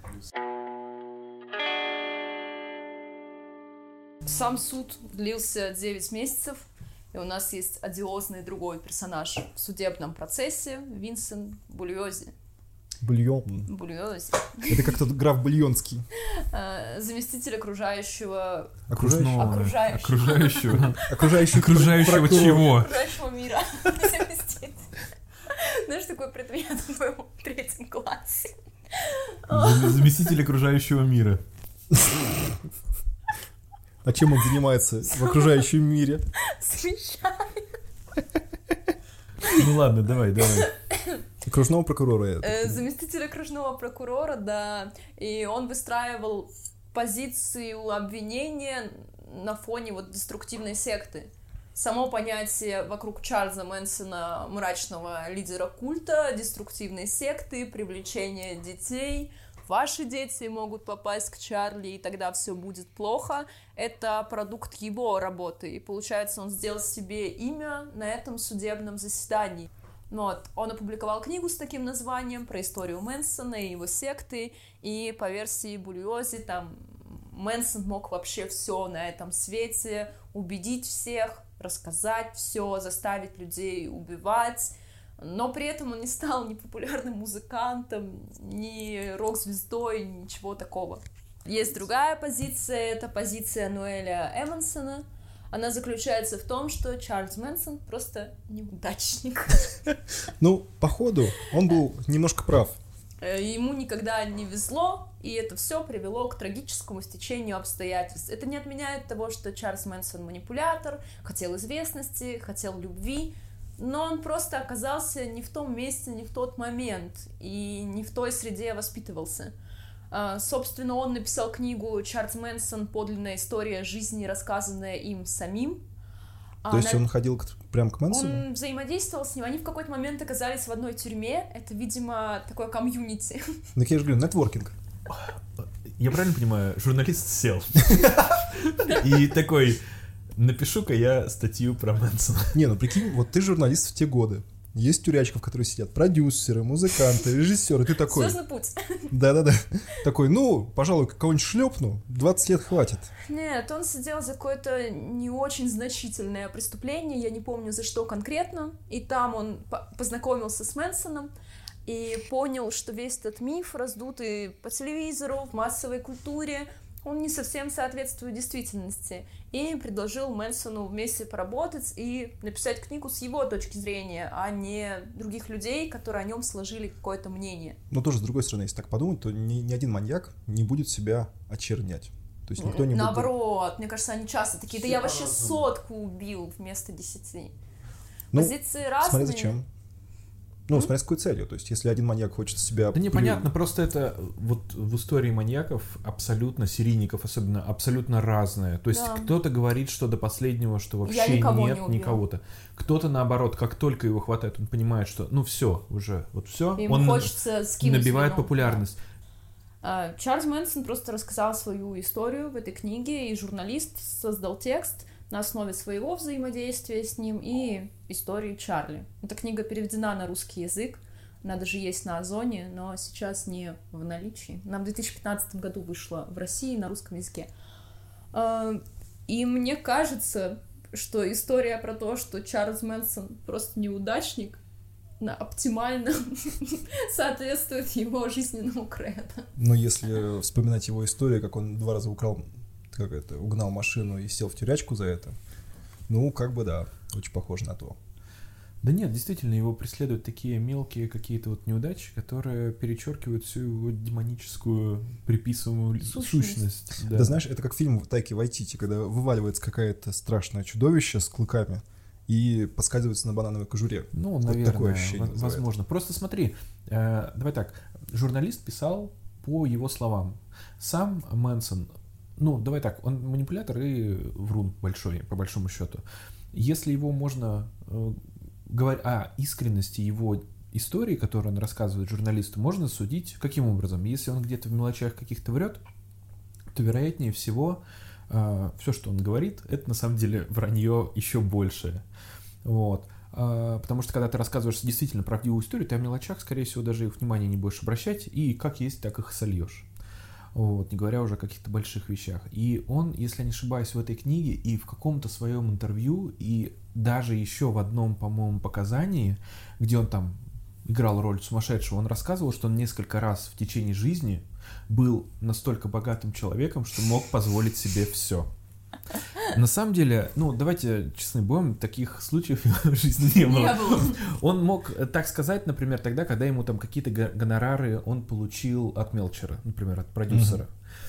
Speaker 4: Сам суд длился 9 месяцев, и у нас есть одиозный другой персонаж в судебном процессе — Винсент Бульози.
Speaker 2: Бульон.
Speaker 4: Бульози.
Speaker 2: Это как тот граф Бульонский.
Speaker 4: Заместитель окружающего
Speaker 3: Окружающего
Speaker 4: чего?
Speaker 3: чего?
Speaker 4: Окружающего мира. Заместитель. Знаешь, такой предмет был в 3 классе.
Speaker 3: Заместитель окружающего мира.
Speaker 2: А чем он занимается в окружающем мире?
Speaker 4: Смещай.
Speaker 3: Ну ладно, давай.
Speaker 2: Окружного прокурора.
Speaker 4: Заместитель окружного прокурора, да. И он выстраивал позицию обвинения на фоне вот деструктивной секты. Само понятие вокруг Чарльза Мэнсона, мрачного лидера культа, деструктивной секты, привлечение детей. Ваши дети могут попасть к Чарли, и тогда все будет плохо. Это продукт его работы. И получается, он сделал себе имя на этом судебном заседании. Вот. Он опубликовал книгу с таким названием про историю Мэнсона и его секты. И по версии Бульози, там Мэнсон мог вообще все на этом свете убедить всех, рассказать все, заставить людей убивать. Но при этом он не стал ни популярным музыкантом, ни рок-звездой, ничего такого. Есть другая позиция, это позиция Ноэля Эвансона. Она заключается в том, что Чарльз Мэнсон просто неудачник.
Speaker 2: Ну, походу, он был немножко прав.
Speaker 4: Ему никогда не везло, и это все привело к трагическому стечению обстоятельств. Это не отменяет того, что Чарльз Мэнсон манипулятор, хотел известности, хотел любви, но он просто оказался не в том месте, не в тот момент, и не в той среде воспитывался. Собственно, он написал книгу «Чарльз Мэнсон. Подлинная история жизни, рассказанная им самим».
Speaker 2: То есть он ходил прям к Мэнсону?
Speaker 4: Он взаимодействовал с ним. Они в какой-то момент оказались в одной тюрьме. Это, видимо, такое комьюнити.
Speaker 2: Ну, я же говорю, нетворкинг.
Speaker 3: я правильно понимаю, журналист сел и такой, напишу-ка я статью про Мэнсона.
Speaker 2: Не, ну прикинь, вот ты журналист в те годы. Есть тюрячков, которые сидят, продюсеры, музыканты, режиссеры, ты такой...
Speaker 4: Звездный путь.
Speaker 2: Да-да-да. Такой, ну, пожалуй, кого-нибудь шлепну, 20 лет хватит.
Speaker 4: Нет, он сидел за какое-то не очень значительное преступление, я не помню за что конкретно, и там он познакомился с Мэнсоном и понял, что весь этот миф, раздутый по телевизору, в массовой культуре, он не совсем соответствует действительности, и предложил Мэнсону вместе поработать и написать книгу с его точки зрения, а не других людей, которые о нем сложили какое-то мнение.
Speaker 2: Но тоже, с другой стороны, если так подумать, то ни один маньяк не будет себя очернять. То есть никто не будет...
Speaker 4: Наоборот, мне кажется, они часто такие, да я вообще 100 убил вместо 10.
Speaker 2: Ну,
Speaker 4: позиции разные.
Speaker 2: Смотри, зачем. Ну, смотря с какой целью. То есть, если один маньяк хочет себя...
Speaker 3: Да непонятно, просто это вот в истории маньяков абсолютно, серийников особенно, абсолютно разное. То есть, кто-то говорит, что до последнего, что вообще нет никого-то. Кто-то, наоборот, как только его хватает, он понимает, что ну все, уже, вот все.
Speaker 4: Ему
Speaker 3: он
Speaker 4: хочется скинуть
Speaker 3: набивает
Speaker 4: вину.
Speaker 3: популярность.
Speaker 4: Да. Чарльз Мэнсон просто рассказал свою историю в этой книге, и журналист создал текст на основе своего взаимодействия с ним и истории Чарли. Эта книга переведена на русский язык, она даже есть на Озоне, но сейчас не в наличии. Она в 2015 году вышла в России на русском языке. И мне кажется, что история про то, что Чарльз Мэнсон просто неудачник, оптимально соответствует его жизненному кредо.
Speaker 2: Но если вспоминать его историю, как он 2 раза угнал машину и сел в тюрячку за это, ну, как бы да, очень похоже на то.
Speaker 3: Да нет, действительно, его преследуют такие мелкие какие-то вот неудачи, которые перечеркивают всю его демоническую приписываемую сущность.
Speaker 2: Да, знаешь, это как фильм Тайки Вайтити, когда вываливается какое-то страшное чудовище с клыками и поскальзывается на банановой кожуре.
Speaker 3: Ну,
Speaker 2: вот
Speaker 3: наверное,
Speaker 2: такое ощущение
Speaker 3: возможно. Просто смотри, давай так, журналист писал по его словам. Сам Мэнсон, ну, давай так, он манипулятор и врун большой, по большому счету. Если его можно говорить о искренности его истории, которую он рассказывает журналисту, можно судить каким образом? Если он где-то в мелочах каких-то врет, то, вероятнее всего, все, что он говорит, это на самом деле вранье еще большее. Вот. Потому что, когда ты рассказываешь действительно правдивую историю, ты о мелочах, скорее всего, даже их внимания не будешь обращать, и как есть, так их сольешь. Вот, не говоря уже о каких-то больших вещах. И он, если я не ошибаюсь, в этой книге и в каком-то своем интервью, и даже еще в одном, по-моему, показании, где он там играл роль сумасшедшего, он рассказывал, что он несколько раз в течение жизни был настолько богатым человеком, что мог позволить себе все. На самом деле, ну, давайте честны будем, таких случаев в жизни не было. Он мог так сказать, например, тогда, когда ему там какие-то гонорары он получил от Мелчера, например, от продюсера.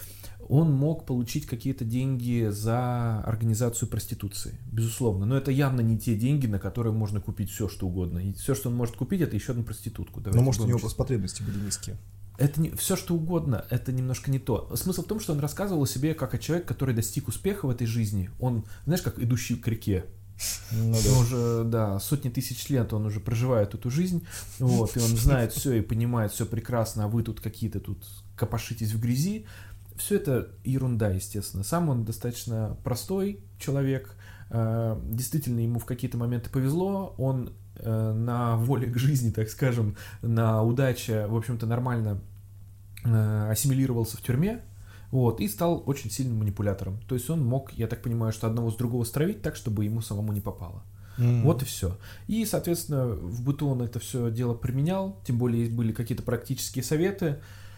Speaker 3: Он мог получить какие-то деньги за организацию проституции, безусловно. Но это явно не те деньги, на которые можно купить все, что угодно. И все, что он может купить, это еще одну проститутку.
Speaker 2: Но может у него просто потребности были низкие.
Speaker 3: Это не все, что угодно, это немножко не то. Смысл в том, что он рассказывал о себе как о человеке, который достиг успеха в этой жизни. Он, знаешь, как идущий к реке. Ну, да. Он уже, да, сотни тысяч лет он уже проживает эту жизнь, вот, и он знает все и понимает все прекрасно, а вы тут какие-то тут копошитесь в грязи. Все это ерунда, естественно. Сам он достаточно простой человек. Действительно, ему в какие-то моменты повезло. Он на воле к жизни, так скажем, на удаче, в общем-то, нормально ассимилировался в тюрьме, вот, и стал очень сильным манипулятором. То есть он мог, я так понимаю, что одного с другого стравить так, чтобы ему самому не попало. Вот и все. И, соответственно, в быту он это все дело применял, тем более были какие-то практические советы,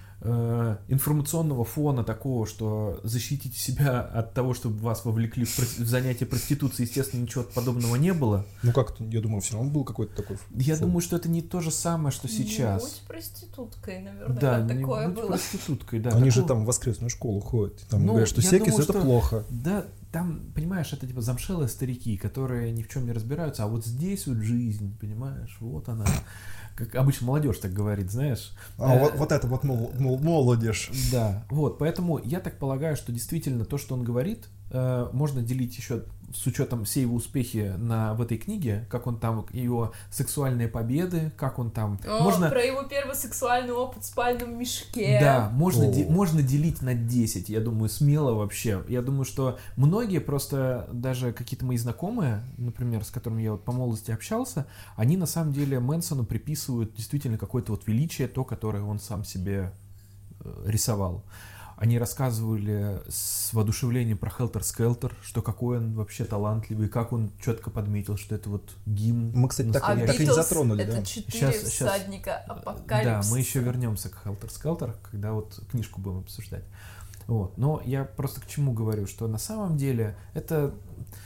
Speaker 3: информационного фона такого, что защитите себя от того, чтобы вас вовлекли в занятие проституцией, естественно, ничего подобного не было.
Speaker 2: Ну как, я думаю, все равно был какой-то такой фон.
Speaker 3: Я думаю, что это не то же самое, что сейчас.
Speaker 4: Не будь проституткой, наверное,
Speaker 3: да,
Speaker 4: такое
Speaker 3: не будь
Speaker 4: было.
Speaker 3: Проституткой, да.
Speaker 2: Они же там в воскресную школу ходят, там говорят, что секс это плохо.
Speaker 3: Да, там, понимаешь, это типа замшелые старики, которые ни в чем не разбираются, а вот здесь вот жизнь, понимаешь, вот она. Как обычно молодежь так говорит, знаешь.
Speaker 2: Вот это вот молодежь.
Speaker 3: Да, вот, поэтому я так полагаю, что действительно то, что он говорит, можно делить еще с учетом все его успехи в этой книге, как он там, его сексуальные победы, как он там...
Speaker 4: Про его первый сексуальный опыт в спальном мешке.
Speaker 3: Да, можно делить на 10, я думаю, смело вообще. Я думаю, что многие просто, даже какие-то мои знакомые, например, с которыми я вот по молодости общался, они на самом деле Мэнсону приписывают действительно какое-то вот величие, то, которое он сам себе рисовал. Они рассказывали с воодушевлением про Хелтер Скелтер, что какой он вообще талантливый, как он четко подметил, что это вот гимн.
Speaker 2: Мы, кстати, так и не затронули.
Speaker 4: Это 4 всадника апокалипсиса.
Speaker 3: Да, мы еще вернемся к Хелтер Скелтер, когда вот книжку будем обсуждать. Вот. Но я просто к чему говорю, что на самом деле это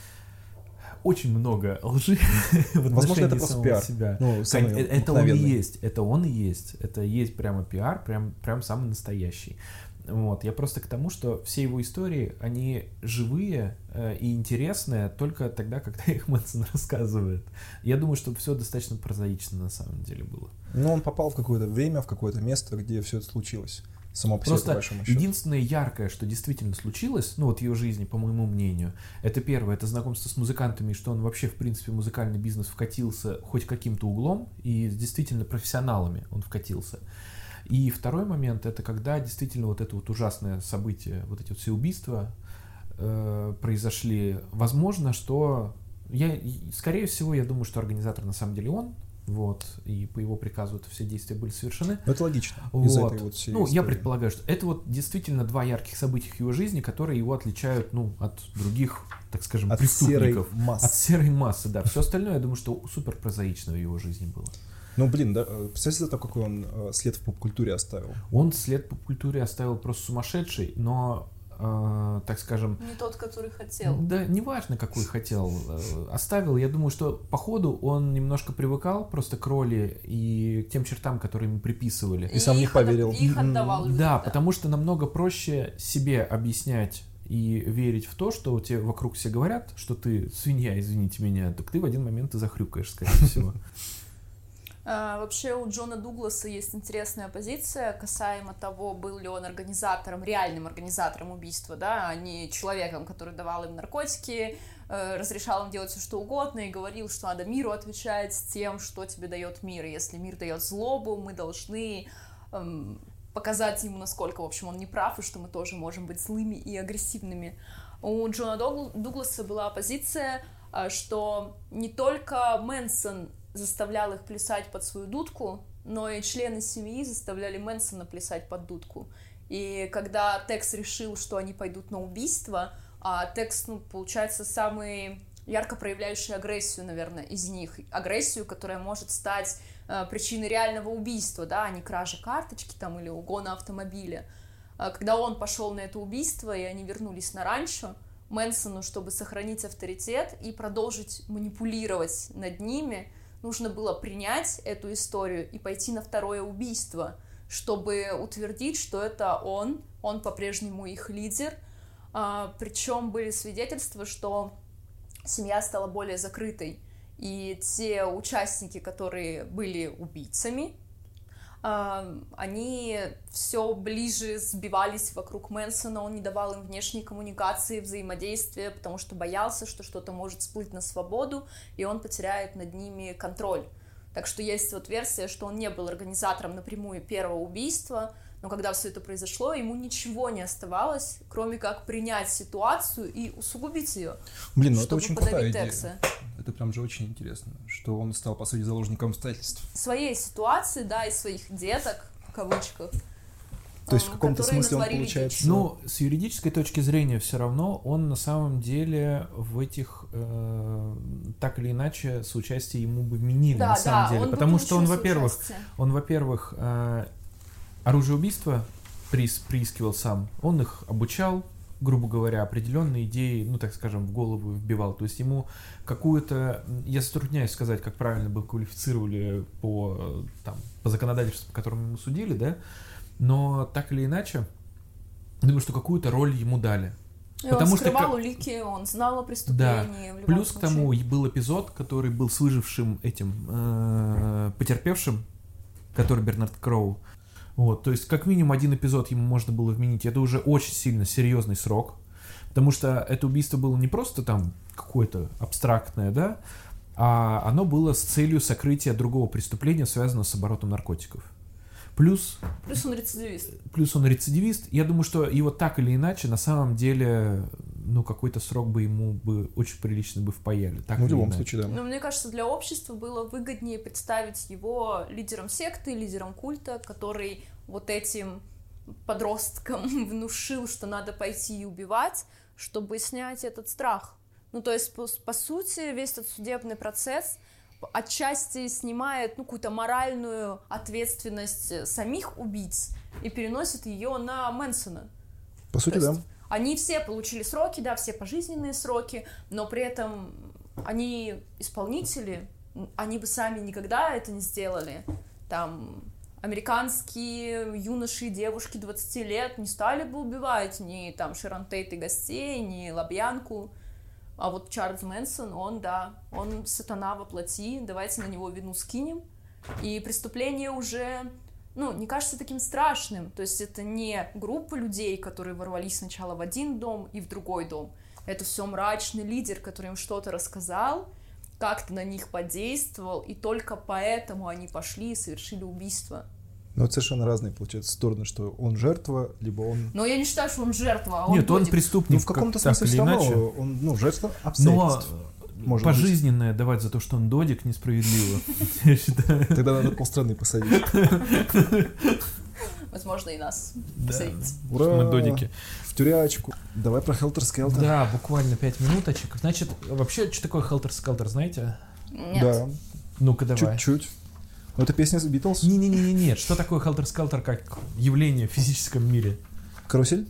Speaker 3: очень много лжи в отношении самого себя. Это он и есть, это есть прямо пиар, прям самый настоящий. Вот. Я просто к тому, что все его истории, они живые и интересные только тогда, когда их Мэнсон рассказывает. Я думаю, что все достаточно прозаично на самом деле было.
Speaker 2: Но он попал в какое-то время, в какое-то место, где все это случилось. Само по себе, по большому счету.
Speaker 3: Единственное яркое, что действительно случилось, ну вот в его жизни, по моему мнению, это первое, это знакомство с музыкантами, что он вообще, в принципе, в музыкальный бизнес вкатился хоть каким-то углом, и действительно профессионалами он вкатился. И второй момент, это когда действительно вот это вот ужасное событие, вот эти вот все убийства произошли. Возможно, что скорее всего, я думаю, что организатор на самом деле он, вот, и по его приказу это все действия были совершены.
Speaker 2: Это логично.
Speaker 3: Вот. Я предполагаю, что это вот действительно два ярких события в его жизни, которые его отличают, от других, так скажем,
Speaker 2: от
Speaker 3: преступников.
Speaker 2: От
Speaker 3: серой массы, да. Все остальное, я думаю, что супер прозаично в его жизни было.
Speaker 2: Да, представьте, какой он след в поп-культуре оставил.
Speaker 3: Он след в поп-культуре оставил просто сумасшедший, но, так скажем...
Speaker 4: Не тот, который хотел.
Speaker 3: Да, неважно, какой хотел. Оставил, я думаю, что по ходу он немножко привыкал просто к роли и к тем чертам, которые ему приписывали.
Speaker 2: И сам не поверил.
Speaker 4: Их отдавал людям.
Speaker 3: Да, потому что намного проще себе объяснять и верить в то, что тебе вокруг все говорят, что ты свинья, извините меня, так ты в один момент и захрюкаешь, скорее всего.
Speaker 4: Вообще у Джона Дугласа есть интересная позиция касаемо того, был ли он организатором, реальным организатором убийства, да, а не человеком, который давал им наркотики, разрешал им делать все что угодно и говорил, что надо миру отвечать с тем, что тебе дает мир. И если мир дает злобу, мы должны показать ему, насколько, в общем, он не прав, и что мы тоже можем быть злыми и агрессивными. У Джона Дугласа была позиция, что не только Мэнсон заставлял их плясать под свою дудку, но и члены семьи заставляли Мэнсона плясать под дудку. И когда Текс решил, что они пойдут на убийство, а Текс, получается, самый ярко проявляющий агрессию, наверное, из них. Агрессию, которая может стать причиной реального убийства, да, а не кражи карточки там или угона автомобиля. Когда он пошел на это убийство, и они вернулись на ранчо, Мэнсону, чтобы сохранить авторитет и продолжить манипулировать над ними, нужно было принять эту историю и пойти на второе убийство, чтобы утвердить, что это он по-прежнему их лидер. Причем были свидетельства, что семья стала более закрытой, и те участники, которые были убийцами, они все ближе сбивались вокруг Мэнсона, он не давал им внешней коммуникации, взаимодействия, потому что боялся, что что-то может всплыть на свободу, и он потеряет над ними контроль. Так что есть вот версия, что он не был организатором напрямую первого убийства, но когда все это произошло, ему ничего не оставалось, кроме как принять ситуацию и усугубить ее,
Speaker 2: это очень крутая идея.
Speaker 4: Текса.
Speaker 2: Это прям же очень интересно, что он стал, по сути, заложником обстоятельств.
Speaker 4: Своей ситуации, да, и своих деток, в кавычках.
Speaker 2: То есть в каком-то смысле он получается...
Speaker 3: С юридической точки зрения все равно он на самом деле в этих, так или иначе, соучастие ему бы вменили, на самом деле. Потому что он, во-первых, оружие убийства приискивал сам, он их обучал, грубо говоря, определенные идеи, так скажем, в голову вбивал. То есть ему какую-то... Я затрудняюсь сказать, как правильно бы квалифицировали по законодательству, по которому ему судили, да, но так или иначе, думаю, что какую-то роль ему дали.
Speaker 4: И он скрывал улики, он знал о преступлении.
Speaker 3: Да. Плюс к тому был эпизод, который был с выжившим этим потерпевшим, который Бернард Кроу. Вот, то есть, как минимум, один эпизод ему можно было вменить. Это уже очень сильно серьезный срок. Потому что это убийство было не просто там какое-то абстрактное, да, а оно было с целью сокрытия другого преступления, связанного с оборотом наркотиков. Плюс
Speaker 4: он рецидивист.
Speaker 3: Я думаю, что его так или иначе, на самом деле, ну, какой-то срок бы ему бы очень прилично бы впаяли. Так
Speaker 2: в любом случае, да.
Speaker 4: Но мне кажется, для общества было выгоднее представить его лидером секты, лидером культа, который вот этим подросткам внушил, что надо пойти и убивать, чтобы снять этот страх. Ну, то есть, по сути, весь этот судебный процесс отчасти снимает, ну, какую-то моральную ответственность самих убийц и переносит ее на Мэнсона.
Speaker 2: По сути, да.
Speaker 4: Они все получили сроки, да, все пожизненные сроки, но при этом они исполнители, они бы сами никогда это не сделали. Там американские юноши и девушки 20 лет не стали бы убивать ни там Шерон Тейт и гостей, ни Лобьянку. А вот Чарльз Мэнсон, он сатана во плоти, давайте на него вину скинем. И преступление уже, ну, не кажется таким страшным. То есть это не группа людей, которые ворвались сначала в один дом и в другой дом. Это все мрачный лидер, который им что-то рассказал, как-то на них подействовал, и только поэтому они пошли и совершили убийство.
Speaker 2: Но это совершенно разные, получается, стороны, что он жертва, либо он...
Speaker 4: Но я не считаю, что он жертва, а он
Speaker 3: Нет, он
Speaker 4: додик.
Speaker 3: преступник.
Speaker 2: Ну, в каком-то смысле все равно он, ну, жертва обстоятельств.
Speaker 3: Но пожизненное давать за то, что он додик, несправедливо, я считаю.
Speaker 2: Тогда надо полстраны посадить.
Speaker 4: Возможно, и нас посадить.
Speaker 2: Ура!
Speaker 3: Мы додики.
Speaker 2: В тюрячку. Давай про Helter Skelter.
Speaker 3: Да, буквально 5 минуточек. Значит, вообще, что такое Helter Skelter, знаете?
Speaker 4: Нет.
Speaker 2: Да,
Speaker 3: Ну-ка, давай.
Speaker 2: чуть-чуть. Ну, это песня The Beatles?
Speaker 3: Нет. Что такое Helter Skelter как явление в физическом мире?
Speaker 2: Карусель?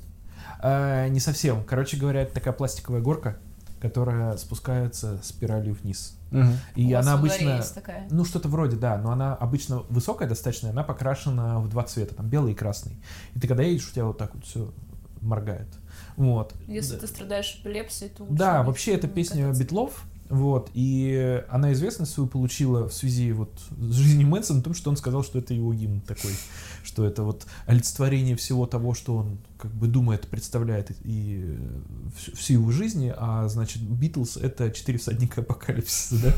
Speaker 3: Не совсем. Короче говоря, это такая пластиковая горка, которая спускается спиралью вниз. И
Speaker 4: У вас
Speaker 3: она
Speaker 4: во дворе
Speaker 3: обычно...
Speaker 4: есть такая?
Speaker 3: Ну, что-то вроде, да. Но она обычно высокая достаточно, она покрашена в 2 цвета. Там белый и красный. И ты когда едешь, у тебя вот так вот все моргает. Вот.
Speaker 4: Если ты страдаешь эпилепсией, то лучше
Speaker 3: Да,
Speaker 4: не-
Speaker 3: вообще это
Speaker 4: не
Speaker 3: песня
Speaker 4: кататься.
Speaker 3: Битлов. Вот, и она известность свою получила в связи вот с жизнью Мэнсона, в том, что он сказал, что это его гимн такой, что это вот олицетворение всего того, что он как бы думает, представляет и всю его жизнь, а значит, Битлз — это 4 всадника апокалипсиса, да?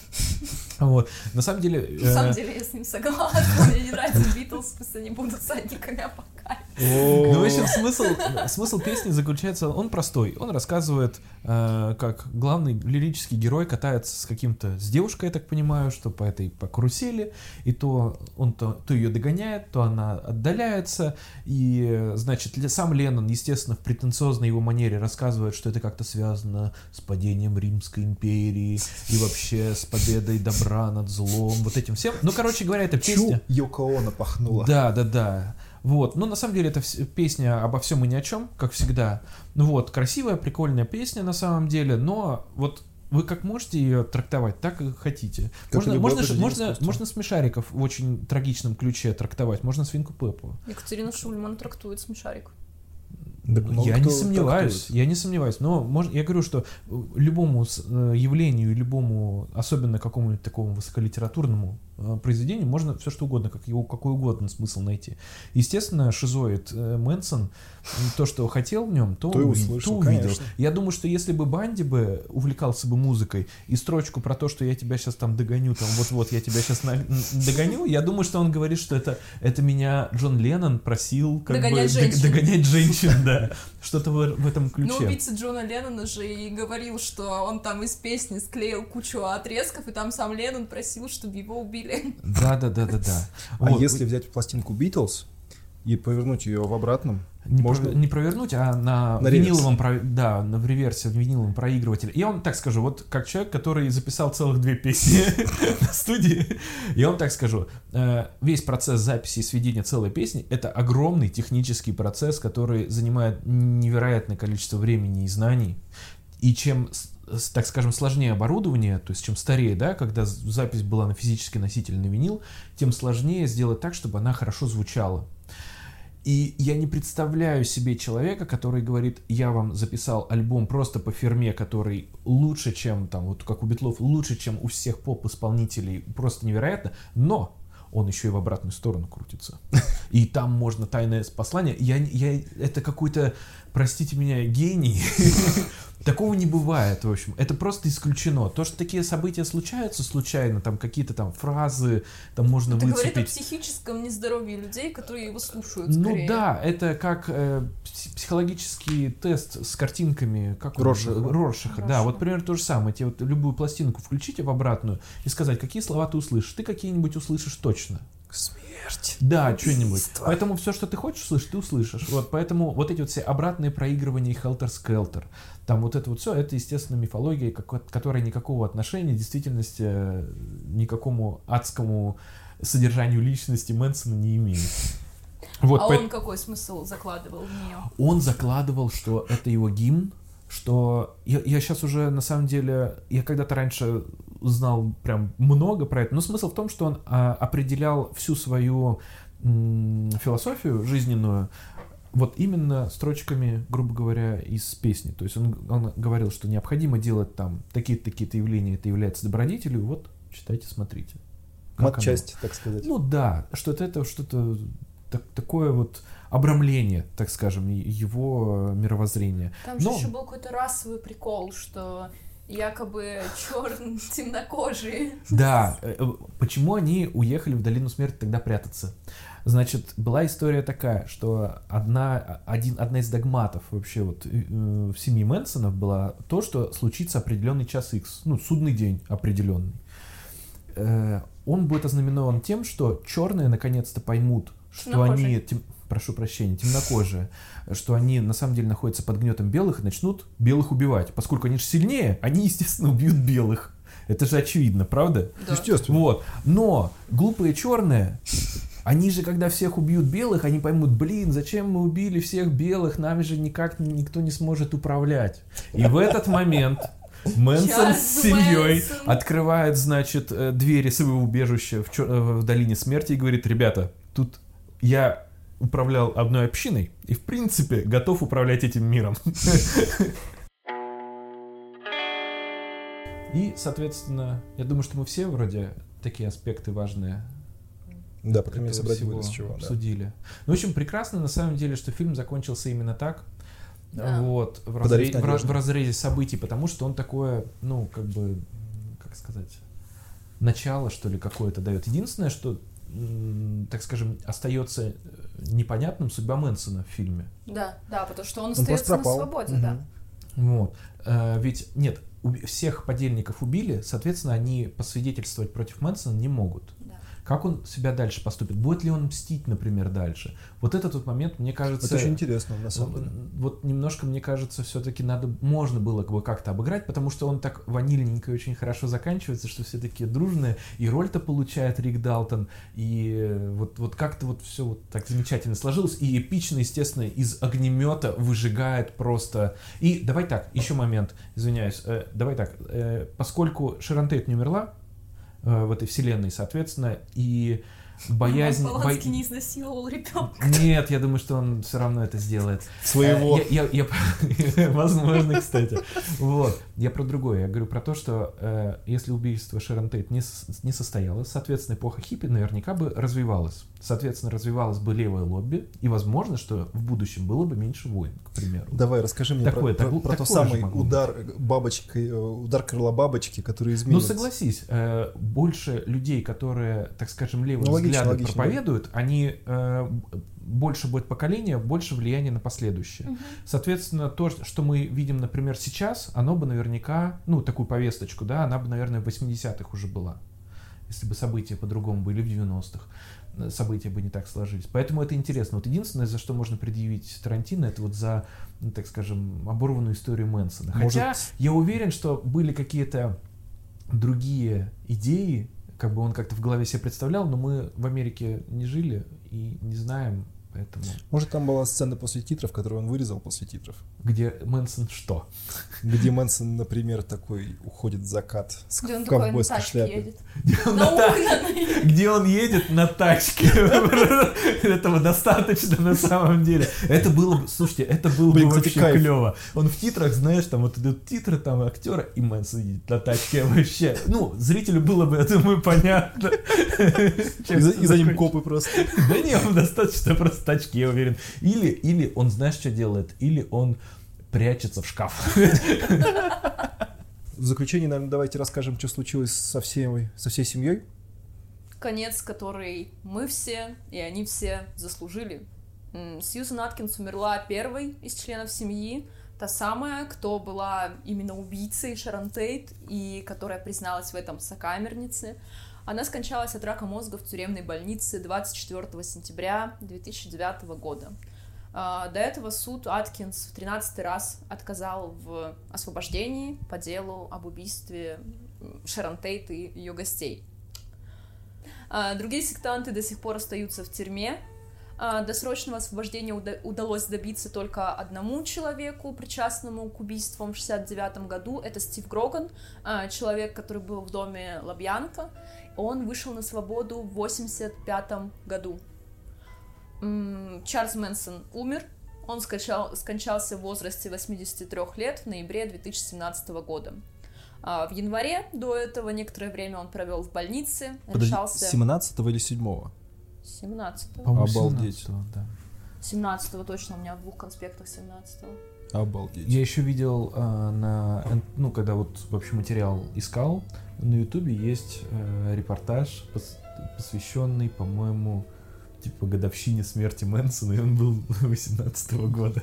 Speaker 3: Вот, на самом деле...
Speaker 4: На самом деле я с ним согласна, мне не нравится Битлз, пусть они будут всадниками апокалипсиса.
Speaker 3: Ну, в общем, смысл песни заключается, он простой. Он рассказывает, как главный лирический герой катается с девушкой, я так понимаю, что по карусели, и то он то ее догоняет, то она отдаляется, и, значит, сам Леннон, естественно, в претенциозной его манере рассказывает, что это как-то связано с падением Римской империи и вообще с победой добра над злом, вот этим всем. Ну, короче говоря, это песня...
Speaker 2: Йоко Оно пахнула.
Speaker 3: Да. Вот, ну на самом деле это песня обо всем и ни о чем, как всегда. Ну вот, красивая, прикольная песня на самом деле, но вот вы как можете ее трактовать, так и хотите.
Speaker 2: Как и любое произведение
Speaker 3: Можно
Speaker 2: искусства.
Speaker 3: смешариков в очень трагичном ключе трактовать, можно свинку Пеппу.
Speaker 4: Екатерина Шульман трактует смешарик.
Speaker 2: Так много
Speaker 3: Я
Speaker 2: кто
Speaker 3: не сомневаюсь, но я говорю, что любому явлению, любому, особенно какому-нибудь такому высоколитературному произведению, можно все что угодно, какой угодно смысл найти. Естественно, шизоид Мэнсон, то, что хотел в нем, то
Speaker 2: и услышал,
Speaker 3: увидел.
Speaker 2: конечно.
Speaker 3: Я думаю, что если бы Банди бы увлекался бы музыкой и строчку про то, что я тебя сейчас там догоню, там вот-вот я тебя сейчас догоню, я думаю, что он говорит, что это меня Джон Леннон просил как
Speaker 4: Догонять
Speaker 3: бы
Speaker 4: женщин.
Speaker 3: догонять женщин, да. Что-то в этом ключе.
Speaker 4: Ну, убийца Джона Леннона же и говорил, что он там из песни склеил кучу отрезков, и там сам Леннон просил, чтобы его убили.
Speaker 3: Да.
Speaker 2: А
Speaker 3: Вот.
Speaker 2: если взять пластинку Beatles и повернуть ее в обратном,
Speaker 3: Не провернуть, а на
Speaker 2: реверс.
Speaker 3: виниловом, в реверсе, в виниловом проигрывателе. Я вам так скажу, вот как человек, который записал целых 2 песни на студии, я вам так скажу, весь процесс записи и сведения целой песни — это огромный технический процесс, который занимает невероятное количество времени и знаний. И чем, так скажем, сложнее оборудование, то есть чем старее, да, когда запись была на физический носитель, на винил, тем сложнее сделать так, чтобы она хорошо звучала. И я не представляю себе человека, который говорит: я вам записал альбом просто по фирме, который лучше, чем, там, вот как у Битлов, лучше, чем у всех поп-исполнителей, просто невероятно, но он еще и в обратную сторону крутится. и там можно тайное послание. Это какой-то, простите меня, гений. Такого не бывает, в общем. Это просто исключено. То, что такие события случаются случайно, там какие-то там фразы, там можно
Speaker 4: Это
Speaker 3: выцепить.
Speaker 4: говорит о психическом нездоровье людей, которые его слушают,
Speaker 3: Ну
Speaker 4: скорее.
Speaker 3: да, это как психологический тест с картинками, как он? Роршаха. Да, вот примерно то же самое. Тебе вот любую пластинку включите в обратную и сказать, какие слова ты услышишь. Ты какие-нибудь услышишь точно.
Speaker 2: Смерть.
Speaker 3: Да, что-нибудь. Поэтому все, что ты хочешь услышать, ты услышишь. Вот, поэтому вот эти вот все обратные проигрывания и хелтер-скелтер, там вот это вот все, это, естественно, мифология, которая никакого отношения в действительности никакому адскому содержанию личности Мэнсона не имеет. Вот,
Speaker 4: он какой смысл закладывал в нее?
Speaker 3: Он закладывал, что это его гимн, что я сейчас уже, на самом деле, я когда-то раньше знал прям много про это, но смысл в том, что он определял всю свою философию жизненную вот именно строчками, грубо говоря, из песни. То есть он говорил, что необходимо делать там такие-то явления, это является добродетелью, вот читайте, смотрите.
Speaker 2: Матчасть, так сказать.
Speaker 3: Ну да, что-то такое вот обрамление, так скажем, его мировоззрения.
Speaker 4: Там же еще был какой-то расовый прикол, что якобы темнокожие.
Speaker 3: Да, почему они уехали в Долину Смерти тогда прятаться? Значит, была история такая, что одна из догматов вообще вот в семье Мэнсонов была то, что случится определенный час X, ну, судный день определенный. Он будет ознаменован тем, что черные наконец-то поймут, что они, прошу прощения, темнокожие, что они на самом деле находятся под гнетом белых и начнут белых убивать. Поскольку они же сильнее, они, естественно, убьют белых. Это же очевидно, правда?
Speaker 4: Да.
Speaker 2: Естественно.
Speaker 3: Вот. Но глупые черные, они же, когда всех убьют белых, они поймут, блин, зачем мы убили всех белых, нами же никак никто не сможет управлять. И в этот момент Мэнсон с семьей открывает, значит, двери своего убежища в Долине Смерти и говорит, ребята, тут я управлял одной общиной и, в принципе, готов управлять этим миром. И, соответственно, я думаю, что мы все вроде такие аспекты важные
Speaker 2: Да, по крайней мере,
Speaker 3: этого
Speaker 2: собрать было
Speaker 3: всего
Speaker 2: с чего. Да.
Speaker 3: обсудили. Ну, в общем, прекрасно, на самом деле, что фильм закончился именно так.
Speaker 4: Да.
Speaker 3: Вот, в
Speaker 2: Подарив надежду.
Speaker 3: разрезе событий, потому что он такое, ну, как бы, как сказать, начало, что ли, какое-то дает. Единственное, что, так скажем, остается непонятным судьба Мэнсона в фильме.
Speaker 4: Да, потому что он
Speaker 2: просто
Speaker 4: остается на
Speaker 2: пропал.
Speaker 4: свободе,
Speaker 2: Мгм.
Speaker 4: да.
Speaker 3: Вот. Ведь, нет, всех подельников убили, соответственно, они посвидетельствовать против Мэнсона не могут.
Speaker 4: Да.
Speaker 3: Как он себя дальше поступит? Будет ли он мстить, например, дальше? Вот этот вот момент, мне кажется...
Speaker 2: Это очень интересно, на самом деле.
Speaker 3: Вот немножко, мне кажется, все-таки можно было бы как-то обыграть, потому что он так ванильненько и очень хорошо заканчивается, что все такие дружные, и роль-то получает Рик Далтон, и вот как-то вот все вот так замечательно сложилось, и эпично, естественно, из огнемета выжигает просто... И давай так, еще момент, извиняюсь, давай так, поскольку Шэрон Тейт не умерла в этой вселенной, соответственно, и боязнь...
Speaker 4: Полански не изнасиловал ребенка.
Speaker 3: Нет, я думаю, что он все равно это сделает.
Speaker 2: Своего.
Speaker 3: Возможно, кстати. Вот. Я про другое. Я говорю про то, что если убийство Шэрон Тейт не состоялось, соответственно, эпоха хиппи наверняка бы развивалась. Соответственно, развивалось бы левое лобби, и возможно, что в будущем было бы меньше войн, к примеру.
Speaker 2: Давай, расскажи мне
Speaker 3: Такое
Speaker 2: про тот
Speaker 3: же
Speaker 2: самый
Speaker 3: могло
Speaker 2: удар бабочкой, удар крыла бабочки, который изменил.
Speaker 3: Ну, согласись, больше людей, которые, так скажем, левые
Speaker 2: Ну, логично,
Speaker 3: взгляды
Speaker 2: логично,
Speaker 3: проповедуют, они больше будет поколения, больше влияния на последующее. Соответственно, то, что мы видим, например, сейчас, оно бы наверняка, ну, такую повесточку, да, она бы, наверное, в 80-х уже была. Если бы события по-другому были в 90-х, события бы не так сложились. Поэтому это интересно. Вот единственное, за что можно предъявить Тарантино, это вот за, ну, так скажем, оборванную историю Мэнсона. Хотя я уверен, что были какие-то другие идеи, как бы он как-то в голове себе представлял, но мы в Америке не жили и не знаем, Поэтому...
Speaker 2: Может, там была сцена после титров, которую он вырезал после титров?
Speaker 3: Где Мэнсон что?
Speaker 2: Где Мэнсон, например, такой уходит в закат
Speaker 4: Где он
Speaker 2: в
Speaker 4: такой на
Speaker 2: ковбойской
Speaker 4: тачке
Speaker 2: шляпе.
Speaker 4: едет.
Speaker 3: На
Speaker 4: На
Speaker 3: та-
Speaker 4: угнанной.
Speaker 3: Где он едет на тачке. Этого достаточно на самом деле. Это было бы, слушайте, это было бы
Speaker 2: Блин, кстати,
Speaker 3: вообще
Speaker 2: кайф.
Speaker 3: клево. Он в титрах, знаешь, там вот идут титры там актера, и Мэнсон едет на тачке вообще. Ну, зрителю было бы, я думаю, понятно.
Speaker 2: И за ним копы просто.
Speaker 3: Да не, он достаточно просто в тачке, я уверен. Или он, знаешь, что делает? Или он прячется в шкаф.
Speaker 2: В заключение, наверное, давайте расскажем, что случилось со всей семьей.
Speaker 4: Конец, который мы все и они все заслужили. Сьюзан Аткинс умерла первой из членов семьи, та самая, кто была именно убийцей Шэрон Тейт и которая призналась в этом сокамернице. Она скончалась от рака мозга в тюремной больнице 24 сентября 2009 года. До этого суд Аткинс в 13-й раз отказал в освобождении по делу об убийстве Шэрон Тейт и ее гостей. Другие сектанты до сих пор остаются в тюрьме. Досрочного освобождения удалось добиться только одному человеку, причастному к убийствам в 1969 году. Это Стив Гроган, человек, который был в доме Лобьянка. Он вышел на свободу в 1985 году. Чарльз Мэнсон умер. Он скончался в возрасте 83 лет в ноябре 2017 года. В январе до этого некоторое время он провел в больнице.
Speaker 2: Подожди, 17-го или 7-го?
Speaker 4: 17-го.
Speaker 3: По-моему,
Speaker 2: Обалдеть.
Speaker 3: 17-го, да.
Speaker 4: 17-го точно, у меня в двух конспектах 17-го.
Speaker 2: Обалдеть.
Speaker 3: Я еще видел когда вот вообще материал искал, на Ютубе есть репортаж, посвященный, по-моему, типа годовщине смерти Мэнсона, и он был 18-го года.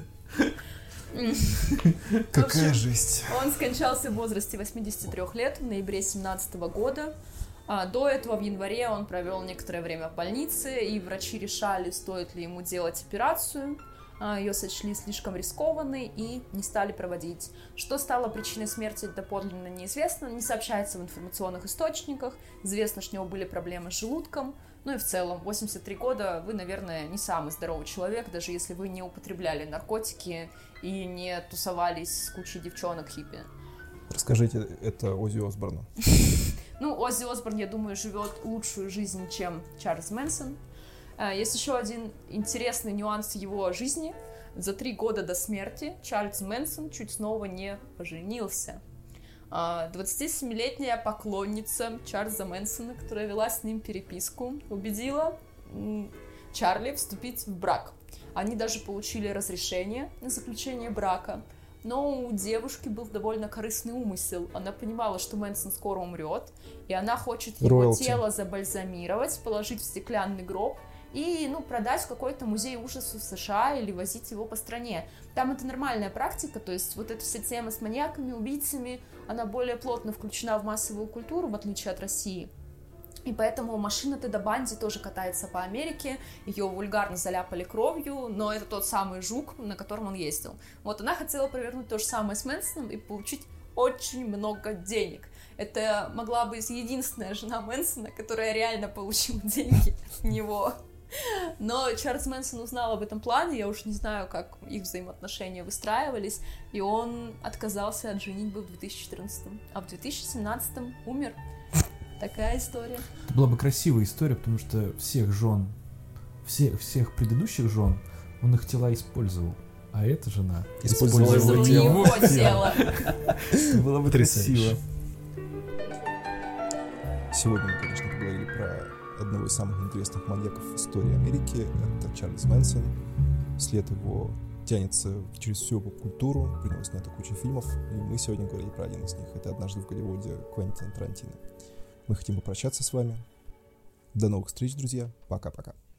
Speaker 2: Какая жесть.
Speaker 4: Он скончался в возрасте 83 лет в ноябре 2017 года. До этого в январе он провел некоторое время в больнице, и врачи решали, стоит ли ему делать операцию. Ее сочли слишком рискованной и не стали проводить. Что стало причиной смерти, доподлинно неизвестно, не сообщается в информационных источниках. Известно, что у него были проблемы с желудком. Ну и в целом, 83 года вы, наверное, не самый здоровый человек, даже если вы не употребляли наркотики и не тусовались с кучей девчонок-хиппи.
Speaker 2: Расскажите это Оззи Осборну.
Speaker 4: Ну, Оззи Осборн, я думаю, живет лучшую жизнь, чем Чарльз Мэнсон. Есть еще один интересный нюанс его жизни. За 3 года до смерти Чарльз Мэнсон чуть снова не поженился. 27-летняя поклонница Чарльза Мэнсона, которая вела с ним переписку, убедила Чарли вступить в брак. Они даже получили разрешение на заключение брака. Но у девушки был довольно корыстный умысел. Она понимала, что Мэнсон скоро умрет, и она хочет его тело забальзамировать, положить в стеклянный гроб и, продать в какой-то музей ужасов в США или возить его по стране. Там это нормальная практика, то есть вот эта вся тема с маньяками, убийцами, она более плотно включена в массовую культуру, в отличие от России. И поэтому машина Теда Банди тоже катается по Америке, ее вульгарно заляпали кровью, но это тот самый жук, на котором он ездил. Вот она хотела провернуть то же самое с Мэнсоном и получить очень много денег. Это могла быть единственная жена Мэнсона, которая реально получила деньги от него. Но Чарльз Мэнсон узнал об этом плане, я уж не знаю, как их взаимоотношения выстраивались, и он отказался от женитьбы в 2014, а в 2017 умер. Такая история.
Speaker 3: Это была бы красивая история, потому что всех жен, всех предыдущих жен он их тела использовал, а эта жена
Speaker 2: использовала
Speaker 4: его тело.
Speaker 3: Это было бы красиво.
Speaker 2: Сегодня мы, конечно, поговорили про одного из самых интересных маньяков в истории Америки. Это Чарльз Мэнсон. След его тянется через всю поп-культуру. Про него снято куча фильмов. И мы сегодня говорили про один из них. Это «Однажды в Голливуде» Квентина Тарантино. Мы хотим попрощаться с вами. До новых встреч, друзья. Пока-пока.